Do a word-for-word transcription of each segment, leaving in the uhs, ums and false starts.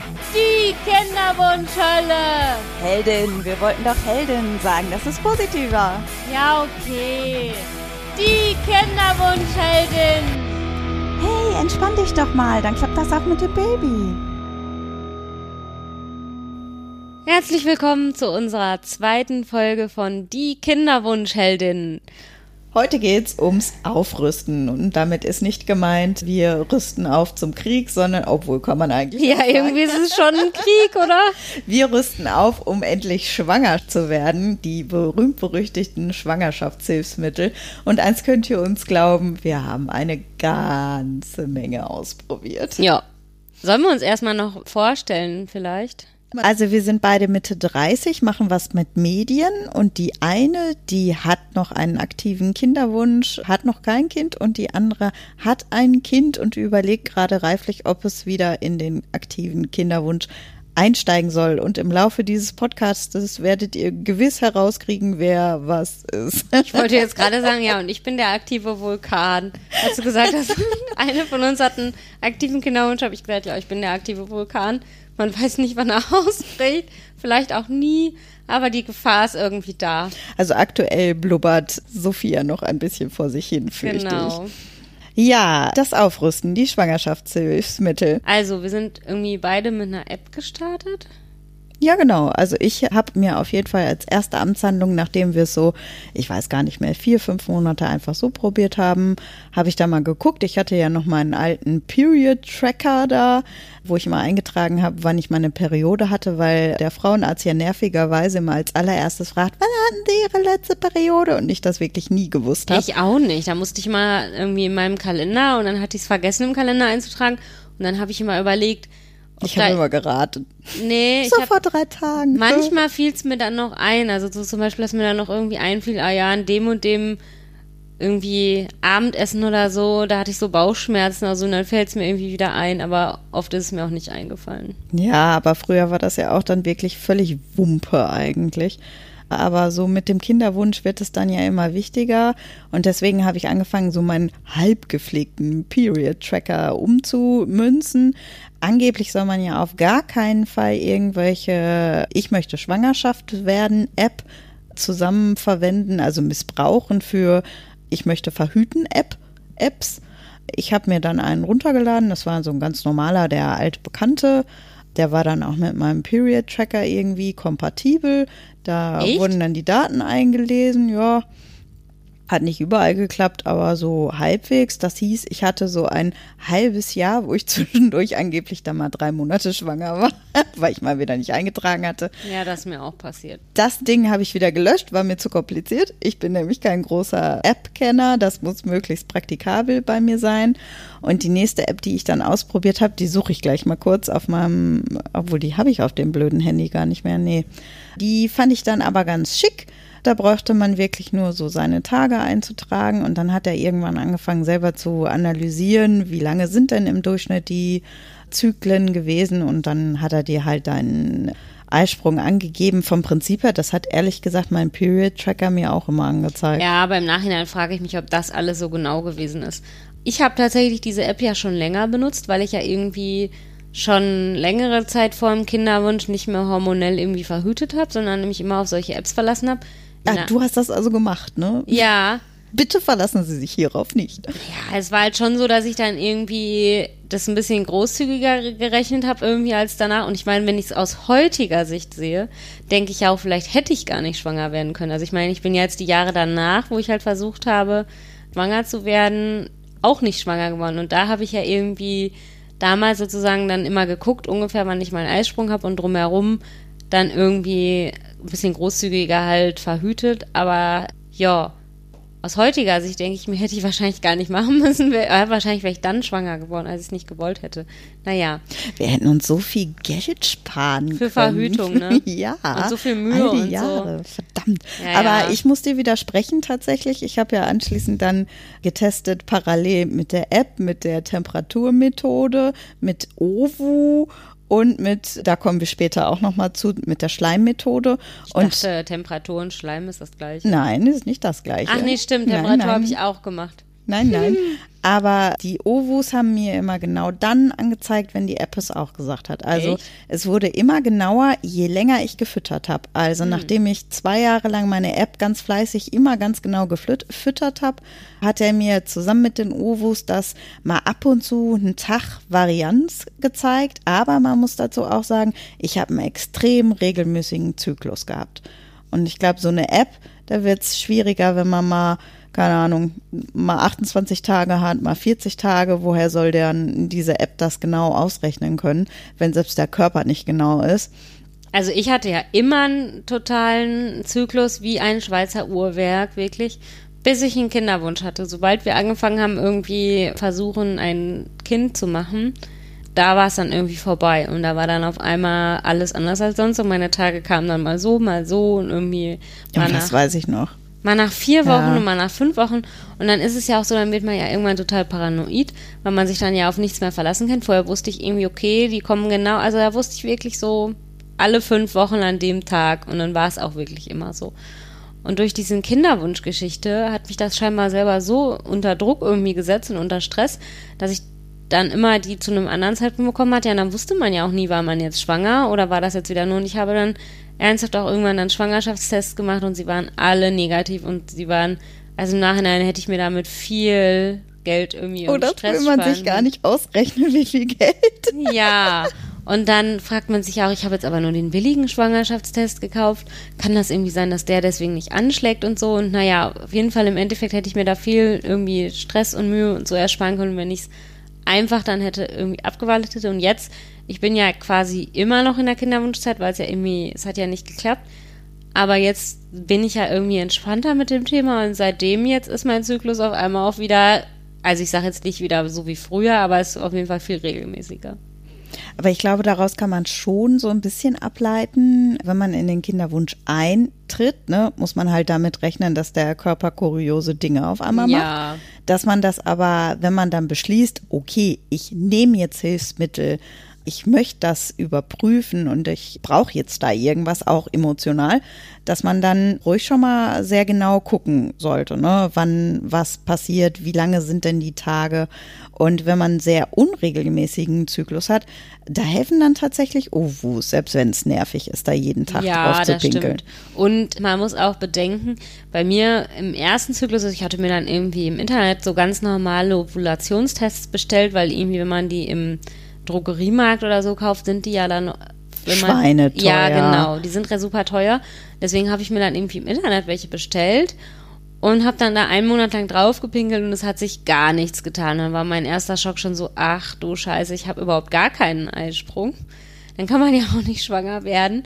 Die Kinderwunschhölle. Heldin, wir wollten doch Heldin sagen, das ist positiver. Ja, okay. Die Kinderwunschheldin. Hey, entspann dich doch mal, dann klappt das auch mit dem Baby. Herzlich willkommen zu unserer zweiten Folge von Die Kinderwunschheldin. Heute geht's ums Aufrüsten und damit ist nicht gemeint, wir rüsten auf zum Krieg, sondern, obwohl kann man eigentlich Ja, irgendwie ist es schon ein Krieg, oder? Wir rüsten auf, um endlich schwanger zu werden, die berühmt-berüchtigten Schwangerschaftshilfsmittel. Und eins könnt ihr uns glauben, wir haben eine ganze Menge ausprobiert. Ja. Sollen wir uns erstmal noch vorstellen vielleicht? Also wir sind beide Mitte dreißig, machen was mit Medien und die eine, die hat noch einen aktiven Kinderwunsch, hat noch kein Kind und die andere hat ein Kind und überlegt gerade reiflich, ob es wieder in den aktiven Kinderwunsch einsteigen soll. Und im Laufe dieses Podcasts werdet ihr gewiss herauskriegen, wer was ist. Ich wollte jetzt gerade sagen, ja, und ich bin der aktive Vulkan. Als du gesagt hast, eine von uns hat einen aktiven Kinderwunsch, habe ich gesagt, ja, ich bin der aktive Vulkan. Man weiß nicht, wann er ausbricht, vielleicht auch nie, aber die Gefahr ist irgendwie da. Also aktuell blubbert Sophia noch ein bisschen vor sich hin, fürchte Genau. ich. Ja, das Aufrüsten, die Schwangerschaftshilfsmittel. Also, wir sind irgendwie beide mit einer App gestartet. Ja, genau. Also ich habe mir auf jeden Fall als erste Amtshandlung, nachdem wir es so, ich weiß gar nicht mehr, vier, fünf Monate einfach so probiert haben, habe ich da mal geguckt. Ich hatte ja noch meinen alten Period-Tracker da, wo ich mal eingetragen habe, wann ich meine Periode hatte, weil der Frauenarzt ja nervigerweise immer als allererstes fragt, wann hatten Sie Ihre letzte Periode? Und ich das wirklich nie gewusst habe. Ich auch nicht. Da musste ich mal irgendwie in meinem Kalender und dann hatte ich es vergessen, im Kalender einzutragen. Und dann habe ich immer überlegt, Ich habe immer geraten. Nee, ich so hab, vor drei Tagen. Manchmal fiel es mir dann noch ein. Also so zum Beispiel, dass mir dann noch irgendwie einfiel, ah ja, an dem und dem irgendwie Abendessen oder so, da hatte ich so Bauchschmerzen oder so und dann fällt es mir irgendwie wieder ein. Aber oft ist es mir auch nicht eingefallen. Ja, aber früher war das ja auch dann wirklich völlig Wumpe eigentlich. Aber so mit dem Kinderwunsch wird es dann ja immer wichtiger und deswegen habe ich angefangen, so meinen halb gepflegten Period-Tracker umzumünzen. Angeblich soll man ja auf gar keinen Fall irgendwelche Ich möchte Schwangerschaft werden App zusammen verwenden, also missbrauchen für Ich möchte verhüten App Apps. Ich habe mir dann einen runtergeladen, das war so ein ganz normaler, der altbekannte. Der war dann auch mit meinem Period-Tracker irgendwie kompatibel. Da Echt? wurden dann die Daten eingelesen, ja. Hat nicht überall geklappt, aber so halbwegs. Das hieß, ich hatte so ein halbes Jahr, wo ich zwischendurch angeblich dann mal drei Monate schwanger war, weil ich mal wieder nicht eingetragen hatte. Ja, das ist mir auch passiert. Das Ding habe ich wieder gelöscht, war mir zu kompliziert. Ich bin nämlich kein großer App-Kenner, das muss möglichst praktikabel bei mir sein. Und die nächste App, die ich dann ausprobiert habe, die suche ich gleich mal kurz auf meinem, obwohl die habe ich auf dem blöden Handy gar nicht mehr, nee. Die fand ich dann aber ganz schick. Da bräuchte man wirklich nur so seine Tage einzutragen und dann hat er irgendwann angefangen selber zu analysieren, wie lange sind denn im Durchschnitt die Zyklen gewesen und dann hat er dir halt deinen Eisprung angegeben. Vom Prinzip her, das hat ehrlich gesagt mein Period-Tracker mir auch immer angezeigt. Ja, aber im Nachhinein frage ich mich, ob das alles so genau gewesen ist. Ich habe tatsächlich diese App ja schon länger benutzt, weil ich ja irgendwie schon längere Zeit vor dem Kinderwunsch nicht mehr hormonell irgendwie verhütet habe, sondern nämlich immer auf solche Apps verlassen habe. Ah, du hast das also gemacht, ne? Ja. Bitte verlassen Sie sich hierauf nicht. Ja, es war halt schon so, dass ich dann irgendwie das ein bisschen großzügiger gerechnet habe irgendwie als danach. Und ich meine, wenn ich es aus heutiger Sicht sehe, denke ich ja auch, vielleicht hätte ich gar nicht schwanger werden können. Also ich meine, ich bin ja jetzt die Jahre danach, wo ich halt versucht habe, schwanger zu werden, auch nicht schwanger geworden. Und da habe ich ja irgendwie damals sozusagen dann immer geguckt, ungefähr wann ich mal einen Eisprung habe und drumherum dann irgendwie ein bisschen großzügiger halt verhütet, aber ja, aus heutiger Sicht denke ich mir, hätte ich wahrscheinlich gar nicht machen müssen, äh, wahrscheinlich wäre ich dann schwanger geworden, als ich es nicht gewollt hätte. Naja. Wir hätten uns so viel Geld sparen Für können. Verhütung, ne? Ja. Und so viel Mühe all die und Jahre. so. Verdammt. Ja, Aber ja. ich muss dir widersprechen tatsächlich. Ich habe ja anschließend dann getestet, parallel mit der App, mit der Temperaturmethode, mit O V U und mit, da kommen wir später auch nochmal zu, mit der Schleimmethode. Ich und dachte, Temperatur und Schleim ist das gleiche. Nein, ist nicht das Gleiche. Ach nee, stimmt, Nein, Temperatur nein. habe ich auch gemacht. nein, nein. Aber die O W Us haben mir immer genau dann angezeigt, wenn die App es auch gesagt hat. Also Echt? Es wurde immer genauer, je länger ich gefüttert habe. Also hm. nachdem ich zwei Jahre lang meine App ganz fleißig immer ganz genau gefüttert habe, hat er mir zusammen mit den O W Us das mal ab und zu einen Tag Varianz gezeigt. Aber man muss dazu auch sagen, ich habe einen extrem regelmäßigen Zyklus gehabt. Und ich glaube, so eine App, da wird es schwieriger, wenn man mal keine Ahnung, mal achtundzwanzig Tage hat, mal vierzig Tage, woher soll denn diese App das genau ausrechnen können, wenn selbst der Körper nicht genau ist? Also ich hatte ja immer einen totalen Zyklus wie ein Schweizer Uhrwerk, wirklich, bis ich einen Kinderwunsch hatte. Sobald wir angefangen haben, irgendwie versuchen, ein Kind zu machen, da war es dann irgendwie vorbei und da war dann auf einmal alles anders als sonst und meine Tage kamen dann mal so, mal so und irgendwie. Ja, das weiß ich noch. Mal nach vier Wochen ja. und mal nach fünf Wochen. Und dann ist es ja auch so, dann wird man ja irgendwann total paranoid, weil man sich dann ja auf nichts mehr verlassen kann. Vorher wusste ich irgendwie, okay, die kommen genau, also da wusste ich wirklich so alle fünf Wochen an dem Tag und dann war es auch wirklich immer so. Und durch diese Kinderwunschgeschichte hat mich das scheinbar selber so unter Druck irgendwie gesetzt und unter Stress, dass ich dann immer die zu einem anderen Zeitpunkt bekommen hat. Ja, dann wusste man ja auch nie, war man jetzt schwanger oder war das jetzt wieder nur. Und ich habe dann ernsthaft auch irgendwann dann Schwangerschaftstests gemacht und sie waren alle negativ und sie waren, also im Nachhinein hätte ich mir damit viel Geld irgendwie und oh, Stress das will man sparen. sich gar nicht ausrechnen, wie viel Geld. Ja, und dann fragt man sich auch, ich habe jetzt aber nur den billigen Schwangerschaftstest gekauft, kann das irgendwie sein, dass der deswegen nicht anschlägt und so und naja, auf jeden Fall im Endeffekt hätte ich mir da viel irgendwie Stress und Mühe und so ersparen können, wenn ich es einfach dann hätte irgendwie abgewartet hätte und jetzt, ich bin ja quasi immer noch in der Kinderwunschzeit, weil es ja irgendwie, es hat ja nicht geklappt, aber jetzt bin ich ja irgendwie entspannter mit dem Thema und seitdem jetzt ist mein Zyklus auf einmal auch wieder, also ich sage jetzt nicht wieder so wie früher, aber es ist auf jeden Fall viel regelmäßiger. Aber ich glaube, daraus kann man schon so ein bisschen ableiten, wenn man in den Kinderwunsch eintritt, ne, muss man halt damit rechnen, dass der Körper kuriose Dinge auf einmal ja. macht. Dass man das aber, wenn man dann beschließt, okay, ich nehme jetzt Hilfsmittel, ich möchte das überprüfen und ich brauche jetzt da irgendwas, auch emotional, dass man dann ruhig schon mal sehr genau gucken sollte, ne? Wann was passiert, wie lange sind denn die Tage und wenn man einen sehr unregelmäßigen Zyklus hat, da helfen dann tatsächlich O W Us, selbst wenn es nervig ist, da jeden Tag ja, drauf zu das pinkeln. Stimmt. Und man muss auch bedenken, bei mir im ersten Zyklus, ich hatte mir dann irgendwie im Internet so ganz normale Ovulationstests bestellt, weil irgendwie, wenn man die im Drogeriemarkt oder so kauft, sind die ja dann wenn man, Schweineteuer. Ja, genau. Die sind super teuer. Deswegen habe ich mir dann irgendwie im Internet welche bestellt und habe dann da einen Monat lang drauf gepinkelt und es hat sich gar nichts getan. Dann war mein erster Schock schon so, ach du Scheiße, ich habe überhaupt gar keinen Eisprung. Dann kann man ja auch nicht schwanger werden.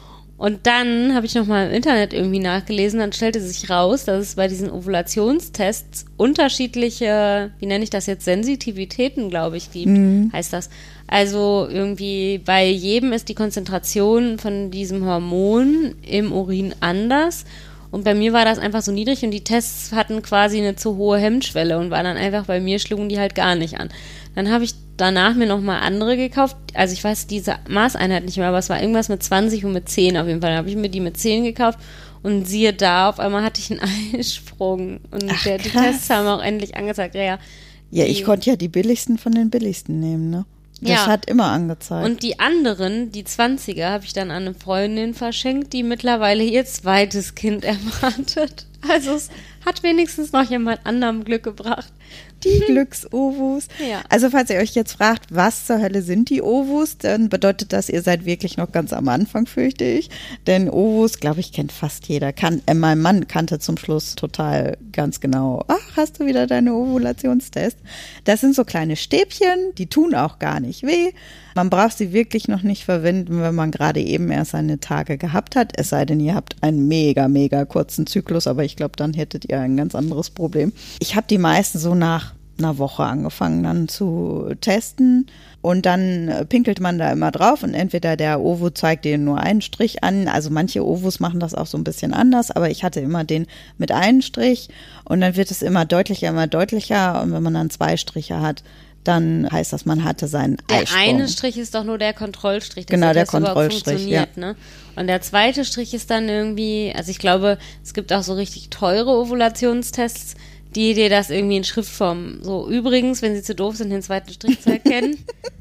Und dann habe ich nochmal im Internet irgendwie nachgelesen, dann stellte sich raus, dass es bei diesen Ovulationstests unterschiedliche, wie nenne ich das jetzt, Sensitivitäten, glaube ich, gibt, mhm. heißt das. Also irgendwie bei jedem ist die Konzentration von diesem Hormon im Urin anders. Und bei mir war das einfach so niedrig und die Tests hatten quasi eine zu hohe Hemmschwelle und waren dann einfach, bei mir schlugen die halt gar nicht an. Dann habe ich danach mir nochmal andere gekauft. Also ich weiß diese Maßeinheit nicht mehr, aber es war irgendwas mit zwanzig und mit zehn auf jeden Fall. Dann habe ich mir die mit zehn gekauft und siehe da, auf einmal hatte ich einen Eisprung. Und Ach, der, die Tests haben auch endlich angezeigt. Ja, ja, ja ich konnte ja die billigsten von den billigsten nehmen, ne? Das ja. hat immer angezeigt. Und die anderen, die zwanziger, habe ich dann an eine Freundin verschenkt, die mittlerweile ihr zweites Kind erwartet. Also es hat wenigstens noch jemand anderem Glück gebracht. Die Glücks-O W Us. Ja. Also falls ihr euch jetzt fragt, was zur Hölle sind die O W Us, dann bedeutet das, ihr seid wirklich noch ganz am Anfang, fürchte ich. Denn O W Us, glaube ich, kennt fast jeder. Kann, äh, mein Mann kannte zum Schluss total ganz genau, ach, hast du wieder deine Ovulationstest? Das sind so kleine Stäbchen, die tun auch gar nicht weh. Man braucht sie wirklich noch nicht verwenden, wenn man gerade eben erst seine Tage gehabt hat. Es sei denn, ihr habt einen mega, mega kurzen Zyklus, aber ich glaube, dann hättet ihr ein ganz anderes Problem. Ich habe die meisten so nach einer Woche angefangen dann zu testen und dann pinkelt man da immer drauf und entweder der O W U zeigt dir nur einen Strich an, also manche O W Us machen das auch so ein bisschen anders, aber ich hatte immer den mit einem Strich und dann wird es immer deutlicher, immer deutlicher und wenn man dann zwei Striche hat, dann heißt das, man hatte seinen der Eisprung. Der eine Strich ist doch nur der Kontrollstrich. Genau, der Kontrollstrich, ja. Ne? Und der zweite Strich ist dann irgendwie, also ich glaube, es gibt auch so richtig teure Ovulationstests, die Idee, das irgendwie in Schriftform, so übrigens, wenn sie zu doof sind, den zweiten Strich zu erkennen.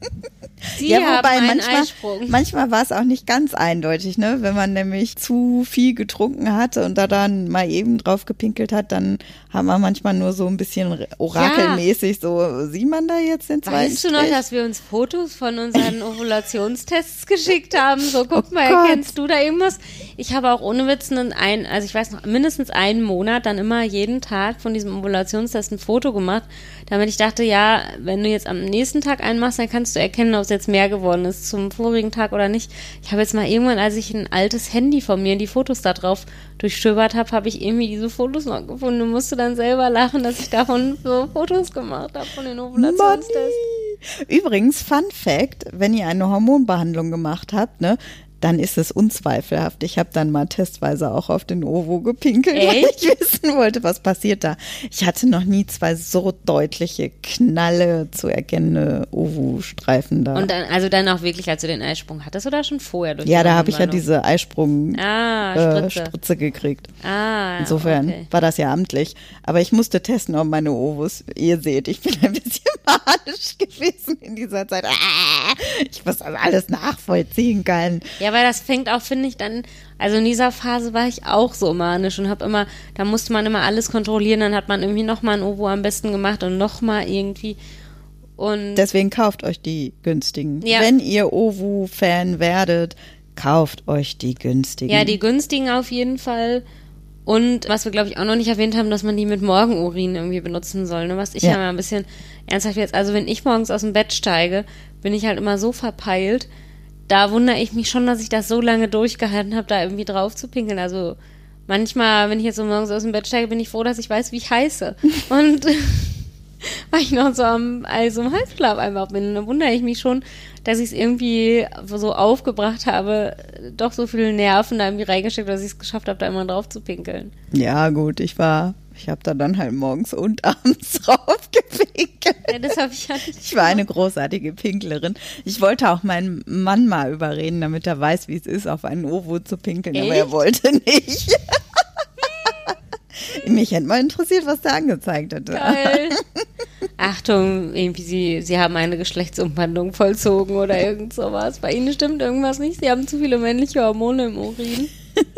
Sie ja, haben wobei einen manchmal, Eisprung. manchmal war es auch nicht ganz eindeutig, ne? Wenn man nämlich zu viel getrunken hatte und da dann mal eben drauf gepinkelt hat, dann haben wir manchmal nur so ein bisschen orakelmäßig so, sieht man da jetzt den zweiten Weißt du Strich? noch, dass wir uns Fotos von unseren Ovulationstests geschickt haben? So, guck Oh mal, Gott. erkennst du da irgendwas? Ich habe auch ohne Witz einen, ein, also ich weiß noch, mindestens einen Monat dann immer jeden Tag von diesem Ovulationstest ein Foto gemacht, damit ich dachte, ja, wenn du jetzt am nächsten Tag einen machst, dann kannst du erkennen, ob es jetzt mehr geworden ist zum vorigen Tag oder nicht. Ich habe jetzt mal irgendwann, als ich ein altes Handy von mir, die Fotos da drauf durchstöbert habe, habe ich irgendwie diese Fotos noch gefunden und musste dann selber lachen, dass ich davon so Fotos gemacht habe von den Ovulationstests. Money. Übrigens, Fun Fact, wenn ihr eine Hormonbehandlung gemacht habt, ne, dann ist es unzweifelhaft. Ich habe dann mal testweise auch auf den Ovo gepinkelt, Echt? weil ich wissen wollte, was passiert da. Ich hatte noch nie zwei so deutliche, knalle zu erkennende Ovo-Streifen da. Und dann, also dann auch wirklich, als du den Eisprung hattest oder schon vorher durch ja, die da habe ich ja Hormonbehandlung? diese Eisprung Ah, äh, Spritze. Spritze gekriegt. Ah, Insofern okay. war das ja amtlich. Aber ich musste testen, ob meine Ovus, ihr seht, ich bin ein bisschen manisch gewesen in dieser Zeit. Ah, ich muss das alles nachvollziehen können. Ja, weil das fängt auch, finde ich, dann, also in dieser Phase war ich auch so manisch und habe immer, da musste man immer alles kontrollieren, dann hat man irgendwie nochmal ein Ovo am besten gemacht und nochmal irgendwie und Deswegen kauft euch die günstigen. Ja. Wenn ihr Ovu-Fan werdet, kauft euch die günstigen. ja, die günstigen auf jeden Fall. Und was wir, glaube ich, auch noch nicht erwähnt haben, dass man die mit Morgenurin irgendwie benutzen soll. Ne? Was ich ja. Ja. mal ein bisschen ernsthaft jetzt, also wenn ich morgens aus dem Bett steige, bin ich halt immer so verpeilt. Da wundere ich mich schon, dass ich das so lange durchgehalten habe, da irgendwie drauf zu pinkeln. Also manchmal, wenn ich jetzt so morgens aus dem Bett steige, bin ich froh, dass ich weiß, wie ich heiße. Und weil ich noch so am, also im Halbschlaf einfach bin. Und dann wundere ich mich schon, dass ich es irgendwie so aufgebracht habe, doch so viele Nerven da irgendwie reingesteckt, dass ich es geschafft habe, da immer drauf zu pinkeln. Ja, gut, ich war, ich habe da dann halt morgens und abends drauf gepinkelt. Ja, das habe ich ja nicht. Ich war eine großartige Pinklerin. Ich wollte auch meinen Mann mal überreden, damit er weiß, wie es ist, auf einen Ovo zu pinkeln, aber Echt? er wollte nicht. Mich hätte mal interessiert, was der angezeigt hätte. Geil. Achtung, irgendwie sie, sie haben eine Geschlechtsumwandlung vollzogen oder irgend sowas. Bei Ihnen stimmt irgendwas nicht. Sie haben zu viele männliche Hormone im Urin.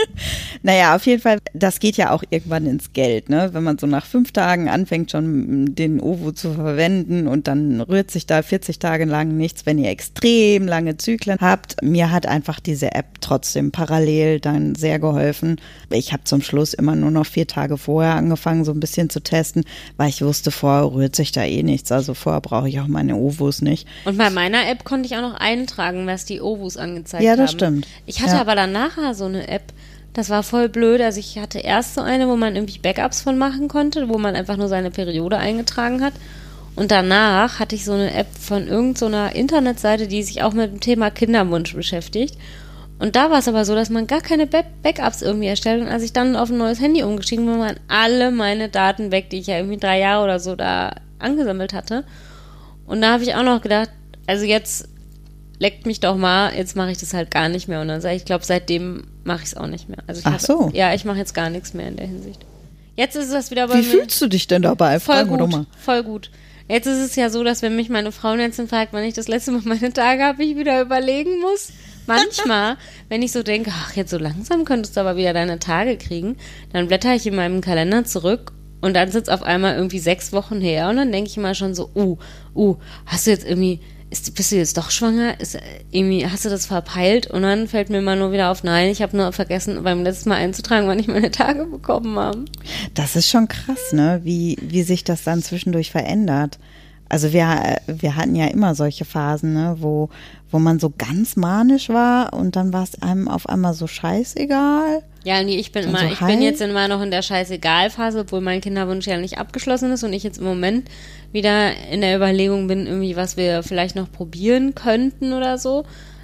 Naja, auf jeden Fall, das geht ja auch irgendwann ins Geld, ne? Wenn man so nach fünf Tagen anfängt, schon den Ovo zu verwenden und dann rührt sich da vierzig Tage lang nichts, wenn ihr extrem lange Zyklen habt. Mir hat einfach diese App trotzdem parallel dann sehr geholfen. Ich habe zum Schluss immer nur noch vier Tage vorher angefangen, so ein bisschen zu testen, weil ich wusste, vorher rührt sich da eh nichts. Also vorher brauche ich auch meine Ovos nicht. Und bei meiner App konnte ich auch noch eintragen, was die Ovus angezeigt haben. Ja, das stimmt. Ich hatte Ja. aber dann nachher so eine App, das war voll blöd. Also ich hatte erst so eine, wo man irgendwie Backups von machen konnte, wo man einfach nur seine Periode eingetragen hat. Und danach hatte ich so eine App von irgendeiner so Internetseite, die sich auch mit dem Thema Kinderwunsch beschäftigt. Und da war es aber so, dass man gar keine Back- Backups irgendwie erstellt. Und als ich dann auf ein neues Handy umgestiegen bin, waren alle meine Daten weg, die ich ja irgendwie drei Jahre oder so da angesammelt hatte. Und da habe ich auch noch gedacht, also jetzt leckt mich doch mal, jetzt mache ich das halt gar nicht mehr. Und dann sage ich, ich glaube, seitdem mache ich es auch nicht mehr. Also ich Ach hab, so. Ja, ich mache jetzt gar nichts mehr in der Hinsicht. Jetzt ist das wieder bei Wie mir. fühlst du dich denn dabei? Voll Fragen wir doch gut, mal. voll gut. Jetzt ist es ja so, dass wenn mich meine Frau jetzt fragt, wann ich das letzte Mal meine Tage habe, ich wieder überlegen muss. Manchmal, wenn ich so denke, ach, jetzt so langsam könntest du aber wieder deine Tage kriegen, dann blätter ich in meinem Kalender zurück und dann sitzt auf einmal irgendwie sechs Wochen her und dann denke ich immer schon so, uh, uh, hast du jetzt irgendwie, ist, bist du jetzt doch schwanger? Ist, irgendwie, hast du das verpeilt? Und dann fällt mir immer nur wieder auf, nein, ich habe nur vergessen, beim letzten Mal einzutragen, wann ich meine Tage bekommen habe. Das ist schon krass, ne? Wie, wie sich das dann zwischendurch verändert. Also wir, wir hatten ja immer solche Phasen, ne, wo, wo man so ganz manisch war und dann war es einem auf einmal so scheißegal. Ja, nee, ich bin Und immer, so ich high? bin jetzt immer noch in der Scheißegal-Phase, obwohl mein Kinderwunsch ja nicht abgeschlossen ist und ich jetzt im Moment wieder in der Überlegung bin, irgendwie, was wir vielleicht noch probieren könnten oder so.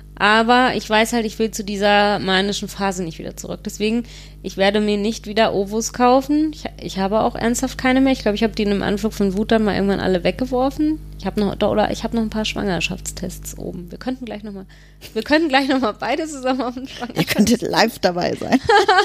Aber ich weiß halt, ich will zu dieser manischen Phase nicht wieder zurück. Deswegen, ich werde mir nicht wieder Ovus kaufen. Ich, ich habe auch ernsthaft keine mehr. Ich glaube, ich habe die in einem Anflug von Wut dann mal irgendwann alle weggeworfen. Ich habe noch, oder ich habe noch ein paar Schwangerschaftstests oben. Wir könnten gleich nochmal, wir könnten gleich nochmal beide zusammen auf den Schwangerschaftstest. Ihr könntet live dabei sein.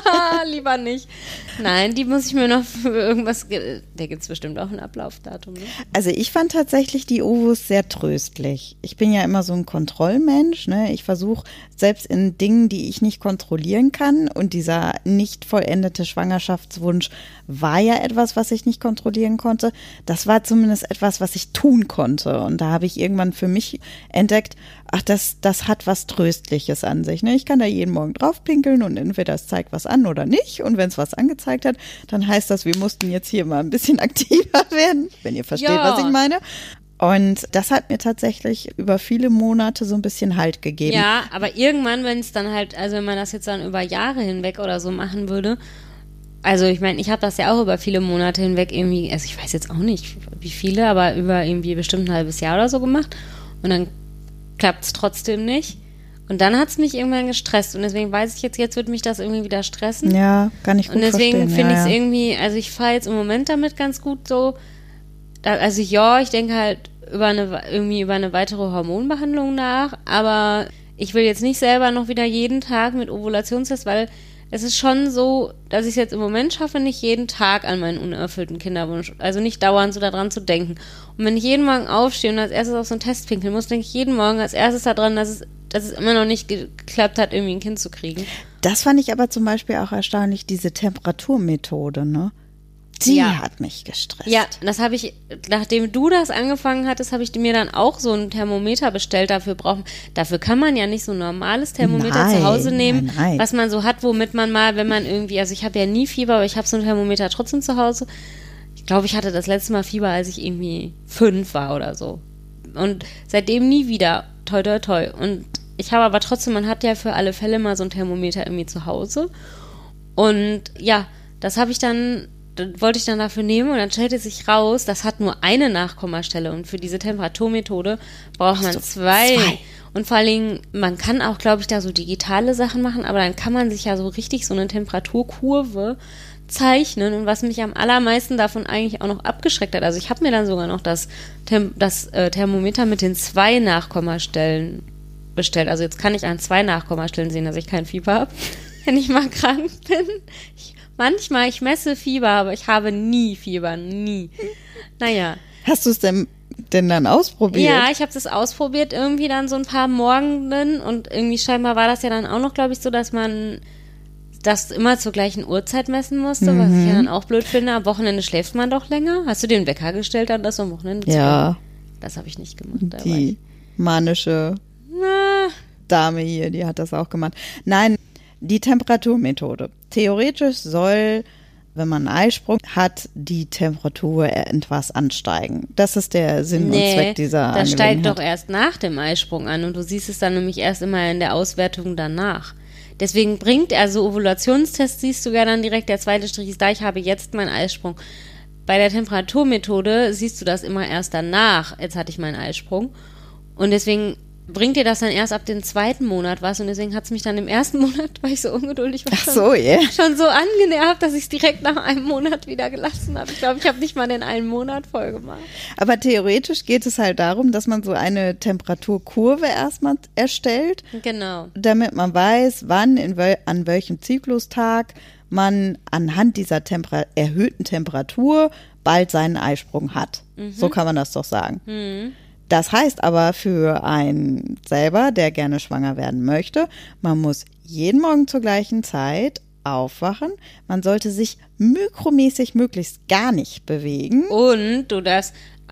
Lieber nicht. Nein, die muss ich mir noch für irgendwas, da gibt es bestimmt auch ein Ablaufdatum. Ne? Also ich fand tatsächlich die O V Us sehr tröstlich. Ich bin ja immer so ein Kontrollmensch, ne? Ich versuche selbst in Dingen, die ich nicht kontrollieren kann, und dieser nicht vollendete Schwangerschaftswunsch war ja etwas, was ich nicht kontrollieren konnte. Das war zumindest etwas, was ich tun konnte. Und da habe ich irgendwann für mich entdeckt, ach, das, das hat was Tröstliches an sich. Ne? Ich kann da jeden Morgen drauf pinkeln und entweder es zeigt was an oder nicht. Und wenn es was angezeigt hat, dann heißt das, wir mussten jetzt hier mal ein bisschen aktiver werden, wenn ihr versteht, ja. was ich meine. Und das hat mir tatsächlich über viele Monate so ein bisschen Halt gegeben. Ja, aber irgendwann, wenn es dann halt, also wenn man das jetzt dann über Jahre hinweg oder so machen würde, also ich meine, ich habe das ja auch über viele Monate hinweg irgendwie, also ich weiß jetzt auch nicht, wie viele, aber über irgendwie bestimmt ein halbes Jahr oder so gemacht. Und dann klappt es trotzdem nicht. Und dann hat es mich irgendwann gestresst. Und deswegen weiß ich jetzt, jetzt wird mich das irgendwie wieder stressen. Ja, kann ich gut Und deswegen verstehen. finde ja, ich es ja. irgendwie, also ich fahre jetzt im Moment damit ganz gut so. Da, also ja, ich denke halt über eine, irgendwie über eine weitere Hormonbehandlung nach. Aber ich will jetzt nicht selber noch wieder jeden Tag mit Ovulationstest, weil es ist schon so, dass ich es jetzt im Moment schaffe, nicht jeden Tag an meinen unerfüllten Kinderwunsch, also nicht dauernd so daran zu denken. Und wenn ich jeden Morgen aufstehe und als erstes auf so einen Test pinkeln muss, denke ich jeden Morgen als erstes daran, dass es, dass es immer noch nicht geklappt hat, irgendwie ein Kind zu kriegen. Das fand ich aber zum Beispiel auch erstaunlich, diese Temperaturmethode, ne? Die Ja. hat mich gestresst. Ja, das habe ich, nachdem du das angefangen hattest, habe ich mir dann auch so ein Thermometer bestellt. Dafür brauchen, dafür kann man ja nicht so ein normales Thermometer Nein, zu Hause nehmen, nein, nein. was man so hat, womit man mal, wenn man irgendwie, also ich habe ja nie Fieber, aber ich habe so ein Thermometer trotzdem zu Hause. Ich glaube, ich hatte das letzte Mal Fieber, als ich irgendwie fünf war oder so. Und seitdem nie wieder. Toi, toi, toi. Und ich habe aber trotzdem, man hat ja für alle Fälle mal so ein Thermometer irgendwie zu Hause. Und ja, das habe ich dann wollte ich dann dafür nehmen und dann stellte sich raus, das hat nur eine Nachkommastelle und für diese Temperaturmethode braucht man du, zwei. zwei. Und vor allen Dingen, man kann auch, glaube ich, da so digitale Sachen machen, aber dann kann man sich ja so richtig so eine Temperaturkurve zeichnen und was mich am allermeisten davon eigentlich auch noch abgeschreckt hat, also ich habe mir dann sogar noch das, Tem- das äh, Thermometer mit den zwei Nachkommastellen bestellt. Also jetzt kann ich an zwei Nachkommastellen sehen, dass ich kein Fieber habe, wenn ich mal krank bin. Ich Manchmal, ich messe Fieber, aber ich habe nie Fieber, nie. Naja. Hast du es denn, denn dann ausprobiert? Ja, ich habe das ausprobiert irgendwie dann so ein paar Morgen und irgendwie scheinbar war das ja dann auch noch, glaube ich, so, dass man das immer zur gleichen Uhrzeit messen musste, mhm. was ich ja dann auch blöd finde. Am Wochenende schläft man doch länger. Hast du den Wecker gestellt dann, dass du am Wochenende Ja. Das habe ich nicht gemacht. Da war Die ich. manische Na, Dame hier, die hat das auch gemacht. Nein, die Temperaturmethode. Theoretisch soll, wenn man einen Eisprung hat, die Temperatur etwas ansteigen. Das ist der Sinn nee, und Zweck dieser das steigt Angelegenheit. doch erst nach dem Eisprung an und du siehst es dann nämlich erst immer in der Auswertung danach. Deswegen bringt, also Ovulationstest siehst du ja dann direkt, der zweite Strich ist da, ich habe jetzt meinen Eisprung. Bei der Temperaturmethode siehst du das immer erst danach, jetzt hatte ich meinen Eisprung. Und deswegen bringt dir das dann erst ab dem zweiten Monat was und deswegen hat es mich dann im ersten Monat, weil ich so ungeduldig war, Ach so, yeah. schon so angenervt, dass ich es direkt nach einem Monat wieder gelassen habe. Ich glaube, ich habe nicht mal den einen Monat voll gemacht. Aber theoretisch geht es halt darum, dass man so eine Temperaturkurve erstmal erstellt, Genau. damit man weiß, wann, in wel an welchem Zyklustag man anhand dieser Temper- erhöhten Temperatur bald seinen Eisprung hat. Mhm. So kann man das doch sagen. Mhm. Das heißt aber für einen selber, der gerne schwanger werden möchte, man muss jeden Morgen zur gleichen Zeit aufwachen. Man sollte sich mikromäßig möglichst gar nicht bewegen. Und du darfst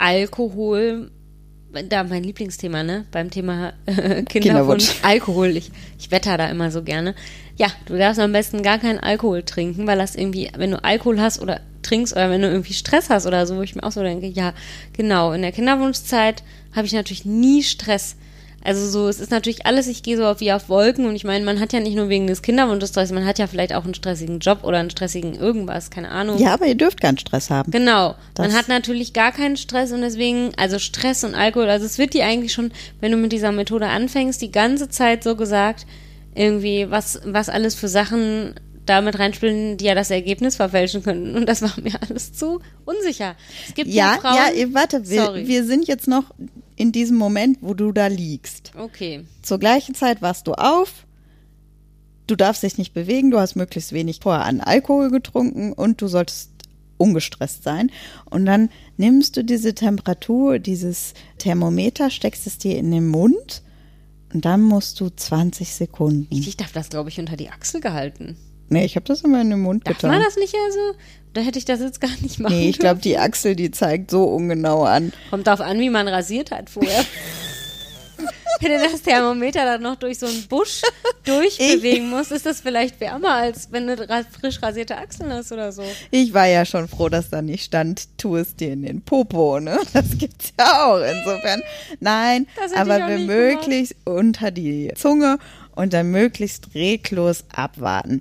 Alkohol, da mein Lieblingsthema, ne, beim Thema äh, Kinderwunsch, Kinderwunsch. Alkohol, ich, ich wetter da immer so gerne. Ja, du darfst am besten gar keinen Alkohol trinken, weil das irgendwie, wenn du Alkohol hast oder trinkst oder wenn du irgendwie Stress hast oder so, wo ich mir auch so denke, ja, genau, in der Kinderwunschzeit habe ich natürlich nie Stress. Also so, es ist natürlich alles, ich gehe so wie auf Wolken und ich meine, man hat ja nicht nur wegen des Kinderwunsches Stress, man hat ja vielleicht auch einen stressigen Job oder einen stressigen irgendwas, keine Ahnung. Ja, aber ihr dürft keinen Stress haben. Genau, Das- man hat natürlich gar keinen Stress und deswegen, also Stress und Alkohol, also es wird dir eigentlich schon, wenn du mit dieser Methode anfängst, die ganze Zeit so gesagt, irgendwie, was, was alles für Sachen damit reinspielen, die ja das Ergebnis verfälschen könnten. Und das war mir alles zu unsicher. Es gibt ja, ja Frauen... Ja, warte, wir, wir sind jetzt noch in diesem Moment, wo du da liegst. Okay. Zur gleichen Zeit wachst du auf, du darfst dich nicht bewegen, du hast möglichst wenig vorher an Alkohol getrunken und du solltest ungestresst sein. Und dann nimmst du diese Temperatur, dieses Thermometer, steckst es dir in den Mund und dann musst du zwanzig Sekunden. Ich darf das, glaube ich, unter die Achsel gehalten. Nee, ich habe das immer in den Mund Darf getan. man das nicht also? Da hätte ich das jetzt gar nicht machen Nee, ich glaube, die Achsel, die zeigt so ungenau an. Kommt drauf an, wie man rasiert hat vorher. Wenn du das Thermometer dann noch durch so einen Busch durchbewegen musst, ist das vielleicht wärmer, als wenn du ra- frisch rasierte Achseln hast oder so. Ich war ja schon froh, dass da nicht stand, tu es dir in den Popo, ne? Das gibt's ja auch. Insofern, nein, Das hätte aber ich auch wir nicht möglichst unter die Zunge und dann möglichst reglos abwarten.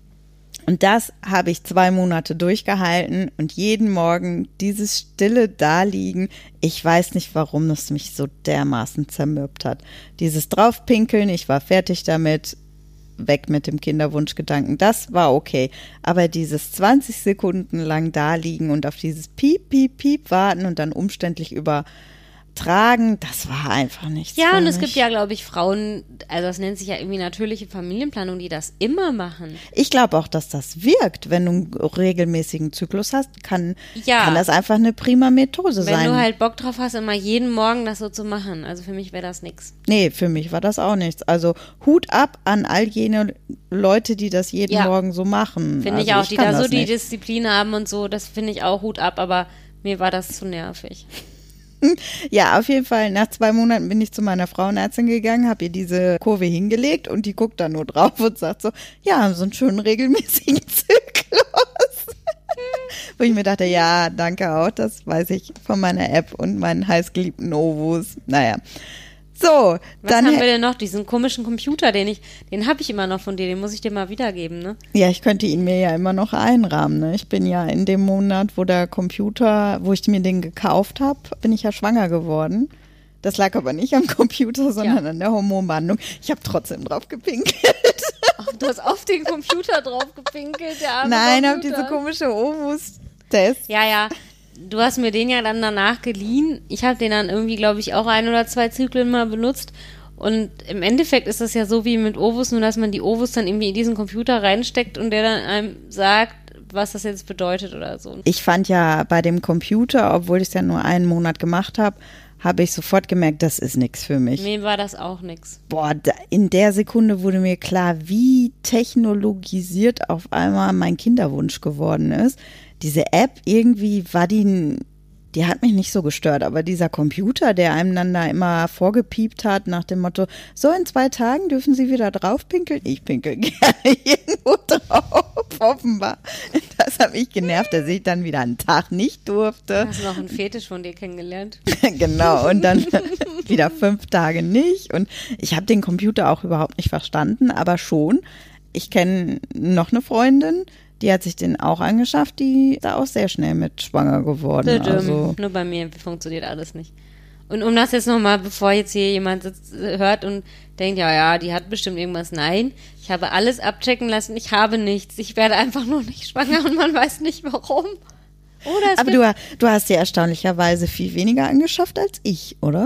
Und das habe ich zwei Monate durchgehalten und jeden Morgen dieses stille Daliegen. Ich weiß nicht, warum das mich so dermaßen zermürbt hat. Dieses Draufpinkeln, ich war fertig damit, weg mit dem Kinderwunschgedanken, das war okay. Aber dieses zwanzig Sekunden lang Daliegen und auf dieses Piep, Piep, Piep warten und dann umständlich über tragen, das war einfach nichts. Ja, für und es mich. gibt ja, glaube ich, Frauen, also das nennt sich ja irgendwie natürliche Familienplanung, die das immer machen. Ich glaube auch, dass das wirkt. Wenn du einen regelmäßigen Zyklus hast, kann, Ja. kann das einfach eine prima Methode Wenn sein. du halt Bock drauf hast, immer jeden Morgen das so zu machen. Also für mich wäre das nix. Nee, für mich war das auch nichts. Also Hut ab an all jene Leute, die das jeden Ja. Morgen so machen. Finde also ich auch, die kann da so das die nicht. Disziplin haben und so, das finde ich auch Hut ab, aber mir war das zu nervig. Ja, auf jeden Fall. Nach zwei Monaten bin ich zu meiner Frauenärztin gegangen, habe ihr diese Kurve hingelegt und die guckt dann nur drauf und sagt so, ja, so einen schönen regelmäßigen Zyklus. Wo ich mir dachte, ja, danke auch, das weiß ich von meiner App und meinen heißgeliebten Ovus. Naja. So, Was dann haben hä- wir denn noch? Diesen komischen Computer, den ich, den habe ich immer noch von dir, den muss ich dir mal wiedergeben, ne? Ja, ich könnte ihn mir ja immer noch einrahmen. Ne? Ich bin ja in dem Monat, wo der Computer, wo ich mir den gekauft habe, bin ich ja schwanger geworden. Das lag aber nicht am Computer, sondern Ja. an der Hormonbehandlung. Ich habe trotzdem drauf gepinkelt. Ach, du hast auf den Computer drauf gepinkelt, der arme Nein, auf Computer. diese komische Ovus-Test. Ja, ja. Du hast mir den ja dann danach geliehen. Ich habe den dann irgendwie, glaube ich, auch ein oder zwei Zyklen mal benutzt. Und im Endeffekt ist das ja so wie mit Ovus, nur dass man die Ovus dann irgendwie in diesen Computer reinsteckt und der dann einem sagt, was das jetzt bedeutet oder so. Ich fand ja bei dem Computer, obwohl ich es ja nur einen Monat gemacht habe, habe ich sofort gemerkt, das ist nichts für mich. Mir war das auch nix. Boah, da, in der Sekunde wurde mir klar, wie technologisiert auf einmal mein Kinderwunsch geworden ist. Diese App, irgendwie war die, die hat mich nicht so gestört, aber dieser Computer, der einem dann da immer vorgepiept hat nach dem Motto, so in zwei Tagen dürfen Sie wieder drauf pinkeln. Ich pinkel gerne irgendwo drauf, offenbar. Das hat mich genervt, dass ich dann wieder einen Tag nicht durfte. Hast du noch einen Fetisch von dir kennengelernt? Genau, und dann wieder fünf Tage nicht. Und ich habe den Computer auch überhaupt nicht verstanden, aber schon. Ich kenne noch eine Freundin, die hat sich den auch angeschafft, die ist da auch sehr schnell mit schwanger geworden. Dödüm. Also, Nur bei mir funktioniert alles nicht. Und um das jetzt nochmal, bevor jetzt hier jemand sitzt, hört und denkt, ja, ja, die hat bestimmt irgendwas. Nein, ich habe alles abchecken lassen, ich habe nichts. Ich werde einfach nur nicht schwanger und man weiß nicht warum. Oder es aber wird, du, du hast dir erstaunlicherweise viel weniger angeschafft als ich, oder?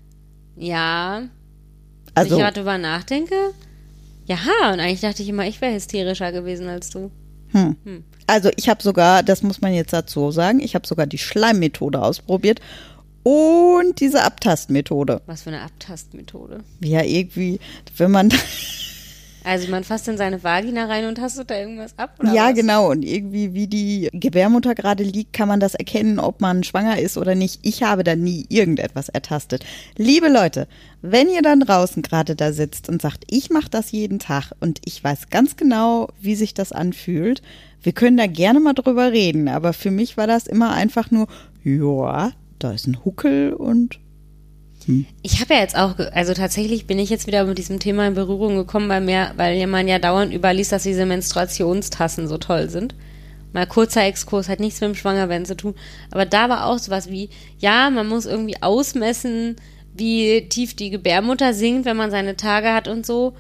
ja, Also, wenn ich darüber nachdenke, ja, und eigentlich dachte ich immer, ich wäre hysterischer gewesen als du. hm. also ich habe sogar, das muss man jetzt dazu sagen, ich habe sogar die Schleimmethode ausprobiert und diese Abtastmethode. Was für eine Abtastmethode. Ja, irgendwie, wenn man Also man fasst in seine Vagina rein und tastet da irgendwas ab, oder ja, was? genau. Und irgendwie, wie die Gebärmutter gerade liegt, kann man das erkennen, ob man schwanger ist oder nicht. Ich habe da nie irgendetwas ertastet. Liebe Leute, wenn ihr dann draußen gerade da sitzt und sagt, ich mache das jeden Tag und ich weiß ganz genau, wie sich das anfühlt, wir können da gerne mal drüber reden. Aber für mich war das immer einfach nur, ja, da ist ein Huckel und Ich habe ja jetzt auch, ge- also tatsächlich bin ich jetzt wieder mit diesem Thema in Berührung gekommen, weil, mir, weil man ja dauernd überliest, dass diese Menstruationstassen so toll sind. Mal kurzer Exkurs, hat nichts mit dem Schwangerwerden zu tun. Aber da war auch sowas wie, ja, man muss irgendwie ausmessen, wie tief die Gebärmutter sinkt, wenn man seine Tage hat und so.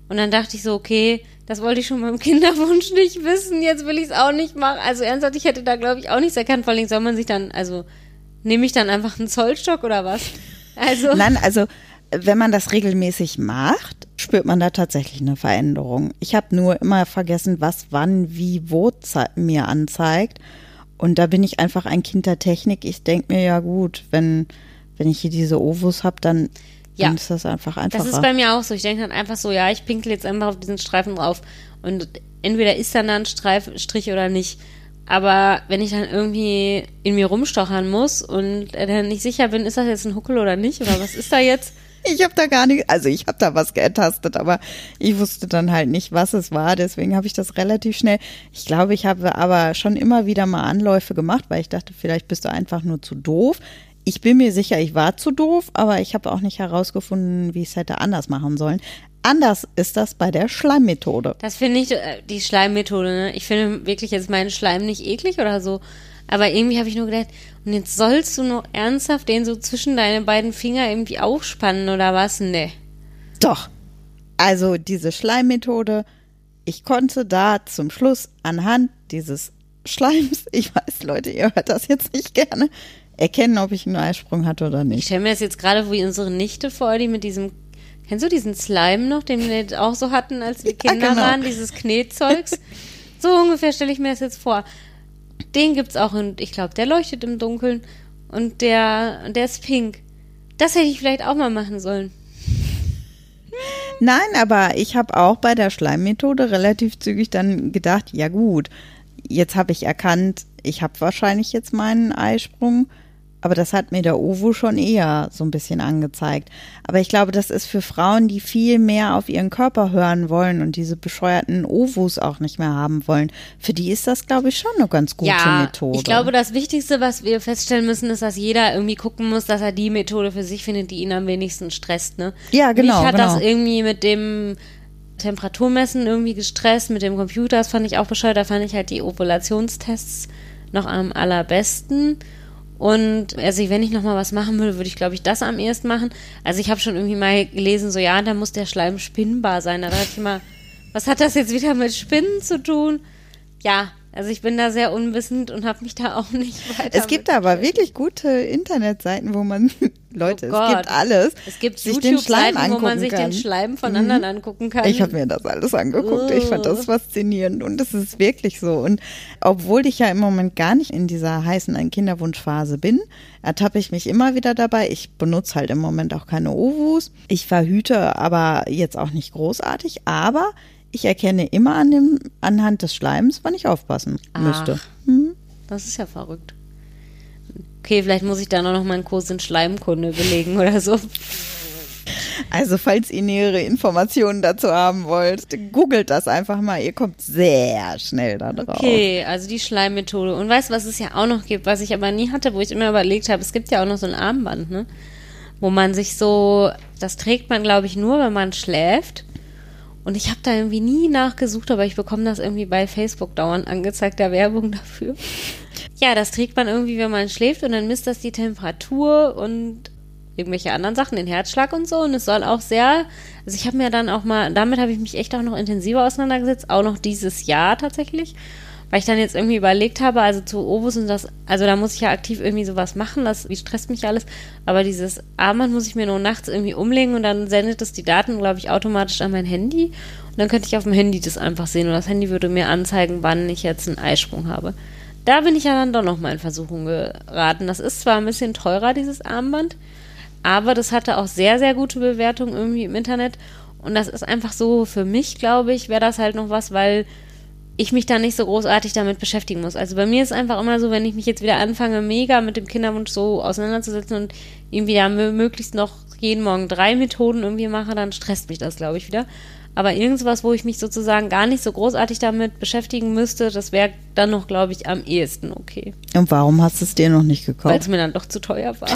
Und dann dachte ich so, okay, das wollte ich schon beim Kinderwunsch nicht wissen, jetzt will ich es auch nicht machen. Also ernsthaft, ich hätte da, glaube ich, auch nichts erkannt. Vor allem soll man sich dann, also nehme ich dann einfach einen Zollstock oder was? Also Nein, also wenn man das regelmäßig macht, spürt man da tatsächlich eine Veränderung. Ich habe nur immer vergessen, was, wann, wie, wo ze- mir anzeigt. Und da bin ich einfach ein Kind der Technik. Ich denke mir, ja gut, wenn, wenn ich hier diese Ovus habe, dann, Ja. dann ist das einfach einfacher. das ist bei mir auch so. Ich denke dann einfach so, ja, ich pinkel jetzt einfach auf diesen Streifen drauf. Und entweder ist dann da ein Streif, Strich oder nicht. Aber wenn ich dann irgendwie in mir rumstochern muss und dann nicht sicher bin, ist das jetzt ein Huckel oder nicht? Oder was ist da jetzt? Ich habe da gar nicht, also ich habe da was geertastet, aber ich wusste dann halt nicht, was es war. Deswegen habe ich das relativ schnell. Ich glaube, ich habe aber schon immer wieder mal Anläufe gemacht, weil ich dachte, vielleicht bist du einfach nur zu doof. Ich bin mir sicher, ich war zu doof, aber ich habe auch nicht herausgefunden, wie ich es hätte anders machen sollen. Anders ist das bei der Schleimmethode. Das finde ich, äh, die Schleimmethode, ne? Ich finde wirklich jetzt meinen Schleim nicht eklig oder so. Aber irgendwie habe ich nur gedacht, und jetzt sollst du noch ernsthaft den so zwischen deine beiden Finger irgendwie aufspannen oder was? Nee. Doch. Also diese Schleimmethode, ich konnte da zum Schluss anhand dieses Schleims, ich weiß, Leute, ihr hört das jetzt nicht gerne, erkennen, ob ich einen Eisprung hatte oder Ich nicht. stelle mir das jetzt gerade wie unsere Nichte vor, die mit diesem, kennst du diesen Slime noch, den wir auch so hatten, als wir Ja, Kinder genau. waren, dieses Knetzeugs? So ungefähr stelle ich mir das jetzt vor. Den gibt's auch und ich glaube, der leuchtet im Dunkeln und der, der ist pink. Das hätte ich vielleicht auch mal machen sollen. Nein, aber ich habe auch bei der Schleimmethode relativ zügig dann gedacht, ja gut, jetzt habe ich erkannt, ich habe wahrscheinlich jetzt meinen Eisprung, aber das hat mir der Ovo schon eher so ein bisschen angezeigt. Aber ich glaube, das ist für Frauen, die viel mehr auf ihren Körper hören wollen und diese bescheuerten Ovos auch nicht mehr haben wollen, für die ist das, glaube ich, schon eine ganz gute ja, Methode. ich glaube, das Wichtigste, was wir feststellen müssen, ist, dass jeder irgendwie gucken muss, dass er die Methode für sich findet, die ihn am wenigsten stresst. Ne? Ja, genau, Mich hat genau. das irgendwie mit dem Temperaturmessen irgendwie gestresst, mit dem Computer, das fand ich auch bescheuert, da fand ich halt die Ovulationstests noch am allerbesten. Und also wenn ich nochmal was machen würde, würde ich, glaube ich, das am ehesten machen. Also ich habe schon irgendwie mal gelesen, so ja, da muss der Schleim spinnbar sein. Da dachte ich immer, was hat das jetzt wieder mit Spinnen zu tun? Ja, also ich bin da sehr unwissend und habe mich da auch nicht weiter Es gibt aber wirklich gute Internetseiten, wo man, Leute, Oh Gott. es gibt alles. Es gibt sich den Schleim YouTube-Seiten, wo man angucken sich kann. den Schleim von anderen angucken kann. Ich habe mir das alles angeguckt. Ich fand das faszinierend und es ist wirklich so. Und obwohl ich ja im Moment gar nicht in dieser heißen Kinderwunschphase bin, ertappe ich mich immer wieder dabei. Ich benutze halt im Moment auch keine Ovus. Ich verhüte aber jetzt auch nicht großartig, aber ich erkenne immer an dem, anhand des Schleims, wann ich aufpassen Ach. müsste. Das ist ja verrückt. Okay, vielleicht muss ich da noch mal einen Kurs in Schleimkunde belegen oder so. Also falls ihr nähere Informationen dazu haben wollt, googelt das einfach mal. Ihr kommt sehr schnell da drauf. Okay, also die Schleimmethode. Und weißt du, was es ja auch noch gibt, was ich aber nie hatte, wo ich immer überlegt habe, es gibt ja auch noch so ein Armband, ne? Wo man sich so, das trägt man, glaube ich, nur, wenn man schläft. Und ich habe da irgendwie nie nachgesucht, aber ich bekomme das irgendwie bei Facebook dauernd angezeigt, der Werbung dafür. Ja, das trägt man irgendwie, wenn man schläft und dann misst das die Temperatur und irgendwelche anderen Sachen, den Herzschlag und so. Und es soll auch sehr, also ich habe mir dann auch mal, damit habe ich mich echt auch noch intensiver auseinandergesetzt, auch noch dieses Jahr tatsächlich, weil ich dann jetzt irgendwie überlegt habe, also zu Ovus und das, also da muss ich ja aktiv irgendwie sowas machen, das wie stresst mich alles, aber dieses Armband muss ich mir nur nachts irgendwie umlegen und dann sendet es die Daten, glaube ich, automatisch an mein Handy und dann könnte ich auf dem Handy das einfach sehen und das Handy würde mir anzeigen, wann ich jetzt einen Eisprung habe. Da bin ich ja dann doch noch mal in Versuchung geraten. Das ist zwar ein bisschen teurer, dieses Armband, aber das hatte auch sehr, sehr gute Bewertungen irgendwie im Internet und das ist einfach so, für mich, glaube ich, wäre das halt noch was, weil ich mich da nicht so großartig damit beschäftigen muss. Also bei mir ist einfach immer so, wenn ich mich jetzt wieder anfange, mega mit dem Kinderwunsch so auseinanderzusetzen und irgendwie da möglichst noch jeden Morgen drei Methoden irgendwie mache, dann stresst mich das, glaube ich, wieder. Aber irgendwas, wo ich mich sozusagen gar nicht so großartig damit beschäftigen müsste, das wäre dann noch, glaube ich, am ehesten okay. Und warum hast du es dir noch nicht Weil gekauft? es mir dann doch zu teuer war.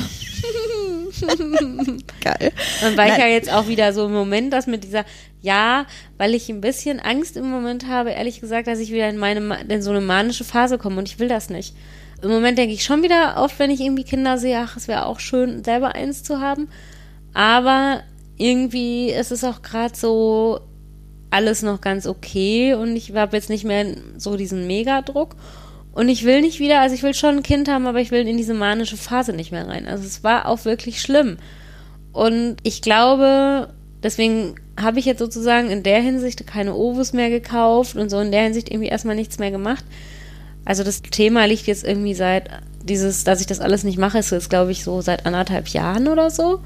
Geil. Und weil ich Nein. ja jetzt auch wieder so im Moment das mit dieser, ja, weil ich ein bisschen Angst im Moment habe, ehrlich gesagt, dass ich wieder in meine, Ma- in so eine manische Phase komme und ich will das nicht. Im Moment denke ich schon wieder oft, wenn ich irgendwie Kinder sehe, ach, es wäre auch schön, selber eins zu haben. Aber irgendwie ist es auch gerade so, alles noch ganz okay und ich habe jetzt nicht mehr so diesen Megadruck. Und ich will nicht wieder, also ich will schon ein Kind haben, aber ich will in diese manische Phase nicht mehr rein. Also es war auch wirklich schlimm. Und ich glaube, deswegen habe ich jetzt sozusagen in der Hinsicht keine Ovus mehr gekauft und so in der Hinsicht irgendwie erstmal nichts mehr gemacht. Also das Thema liegt jetzt irgendwie seit dieses, dass ich das alles nicht mache, ist jetzt, glaube ich, so seit anderthalb Jahren oder so.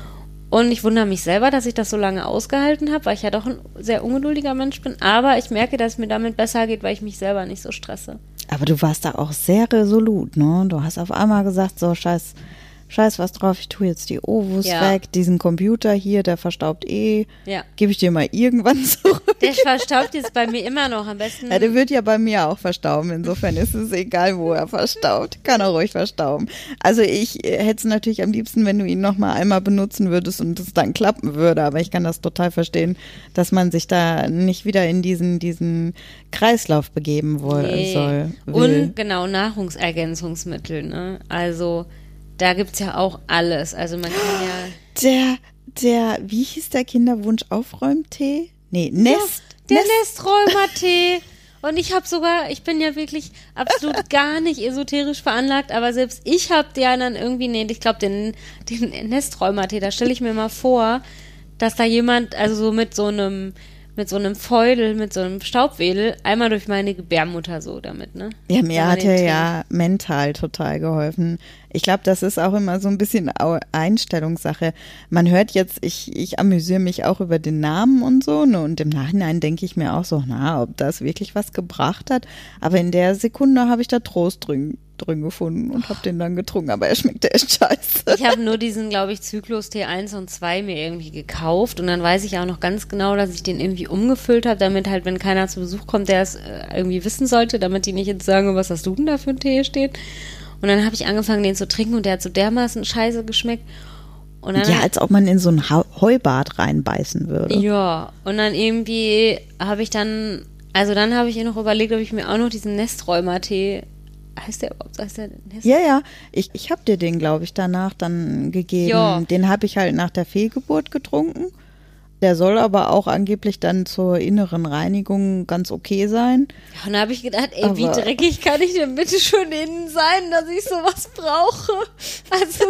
Und ich wundere mich selber, dass ich das so lange ausgehalten habe, weil ich ja doch ein sehr ungeduldiger Mensch bin. Aber ich merke, dass es mir damit besser geht, weil ich mich selber nicht so stresse. Aber du warst da auch sehr resolut, ne? Du hast auf einmal gesagt, so scheiß, scheiß was drauf, ich tue jetzt die Ovus Ja. weg, diesen Computer hier, der verstaubt eh, Ja. gebe ich dir mal irgendwann zurück. Der verstaubt jetzt bei mir immer noch am besten. Ja, der wird ja bei mir auch verstauben, insofern ist es egal, wo er verstaubt, kann er ruhig verstauben. Also ich äh, hätte es natürlich am liebsten, wenn du ihn noch mal einmal benutzen würdest und es dann klappen würde, aber ich kann das total verstehen, dass man sich da nicht wieder in diesen, diesen Kreislauf begeben woll, Nee. soll. Will. Und genau, Nahrungsergänzungsmittel, ne? Also da gibt's ja auch alles. Also man kann ja. Der, der, wie hieß der Kinderwunsch-Aufräumtee? Nee, Nest. Der Nest. Nesträumer-Tee. Und ich habe sogar, ich bin ja wirklich absolut gar nicht esoterisch veranlagt, aber selbst ich habe ja dann irgendwie, nee, ich glaube, den, den Nesträumer-Tee, da stelle ich mir mal vor, dass da jemand, also so mit so einem, mit so einem Feudel, mit so einem Staubwedel, einmal durch meine Gebärmutter so damit, ne? Ja, Wenn mir man hat den er trinkt. ja mental total geholfen. Ich glaube, das ist auch immer so ein bisschen Au- Einstellungssache. Man hört jetzt, ich, ich amüsiere mich auch über den Namen und so, ne? Und im Nachhinein denke ich mir auch so, na, ob das wirklich was gebracht hat. Aber in der Sekunde habe ich da Trost drin, drin gefunden und habe den dann getrunken. Aber er schmeckte echt scheiße. Ich habe nur diesen, glaube ich, Zyklus T eins und zwei mir irgendwie gekauft und dann weiß ich auch noch ganz genau, dass ich den irgendwie umgefüllt habe, damit halt, wenn keiner zu Besuch kommt, der es äh, irgendwie wissen sollte, damit die nicht jetzt sagen, was hast du denn da für ein Tee steht. Und dann habe ich angefangen, den zu trinken und der hat so dermaßen scheiße geschmeckt. Und dann Ja, als ob man in so ein Ha- Heubad reinbeißen würde. Ja, und dann irgendwie habe ich dann, also dann habe ich noch überlegt, ob ich mir auch noch diesen Nesträumer-Tee, heißt der überhaupt, heißt der Nest? Ja, ja, ich, ich habe dir den, glaube ich, danach dann gegeben. Ja. Den habe ich halt nach der Fehlgeburt getrunken. Der soll aber auch angeblich dann zur inneren Reinigung ganz okay sein. Und da habe ich gedacht, ey, wie Aber- dreckig kann ich denn bitte schon innen sein, dass ich sowas brauche? Also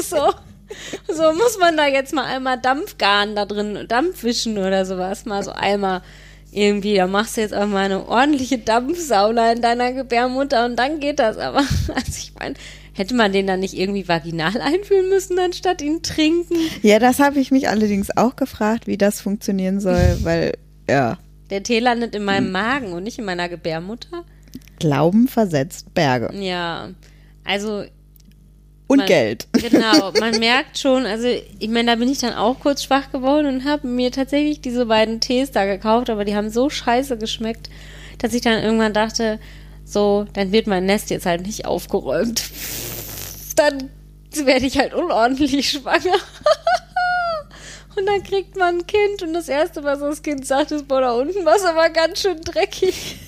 so, so muss man da jetzt mal einmal Dampfgaren da drin, Dampfwischen oder sowas, mal so einmal irgendwie, da machst du jetzt auch mal eine ordentliche Dampfsauna in deiner Gebärmutter und dann geht das aber. Also ich meine, hätte man den dann nicht irgendwie vaginal einführen müssen, anstatt ihn trinken? Ja, das habe ich mich allerdings auch gefragt, wie das funktionieren soll, weil, ja, Der Tee landet in meinem Magen und nicht in meiner Gebärmutter. Glauben versetzt Berge. Ja, also Und Man- Geld. Genau, man merkt schon, also ich meine, da bin ich dann auch kurz schwach geworden und habe mir tatsächlich diese beiden Tees da gekauft, aber die haben so scheiße geschmeckt, dass ich dann irgendwann dachte, so, dann wird mein Nest jetzt halt nicht aufgeräumt. Dann werde ich halt unordentlich schwanger. Und dann kriegt man ein Kind und das Erste, was das Kind sagt, ist, boah, da unten war es aber ganz schön dreckig.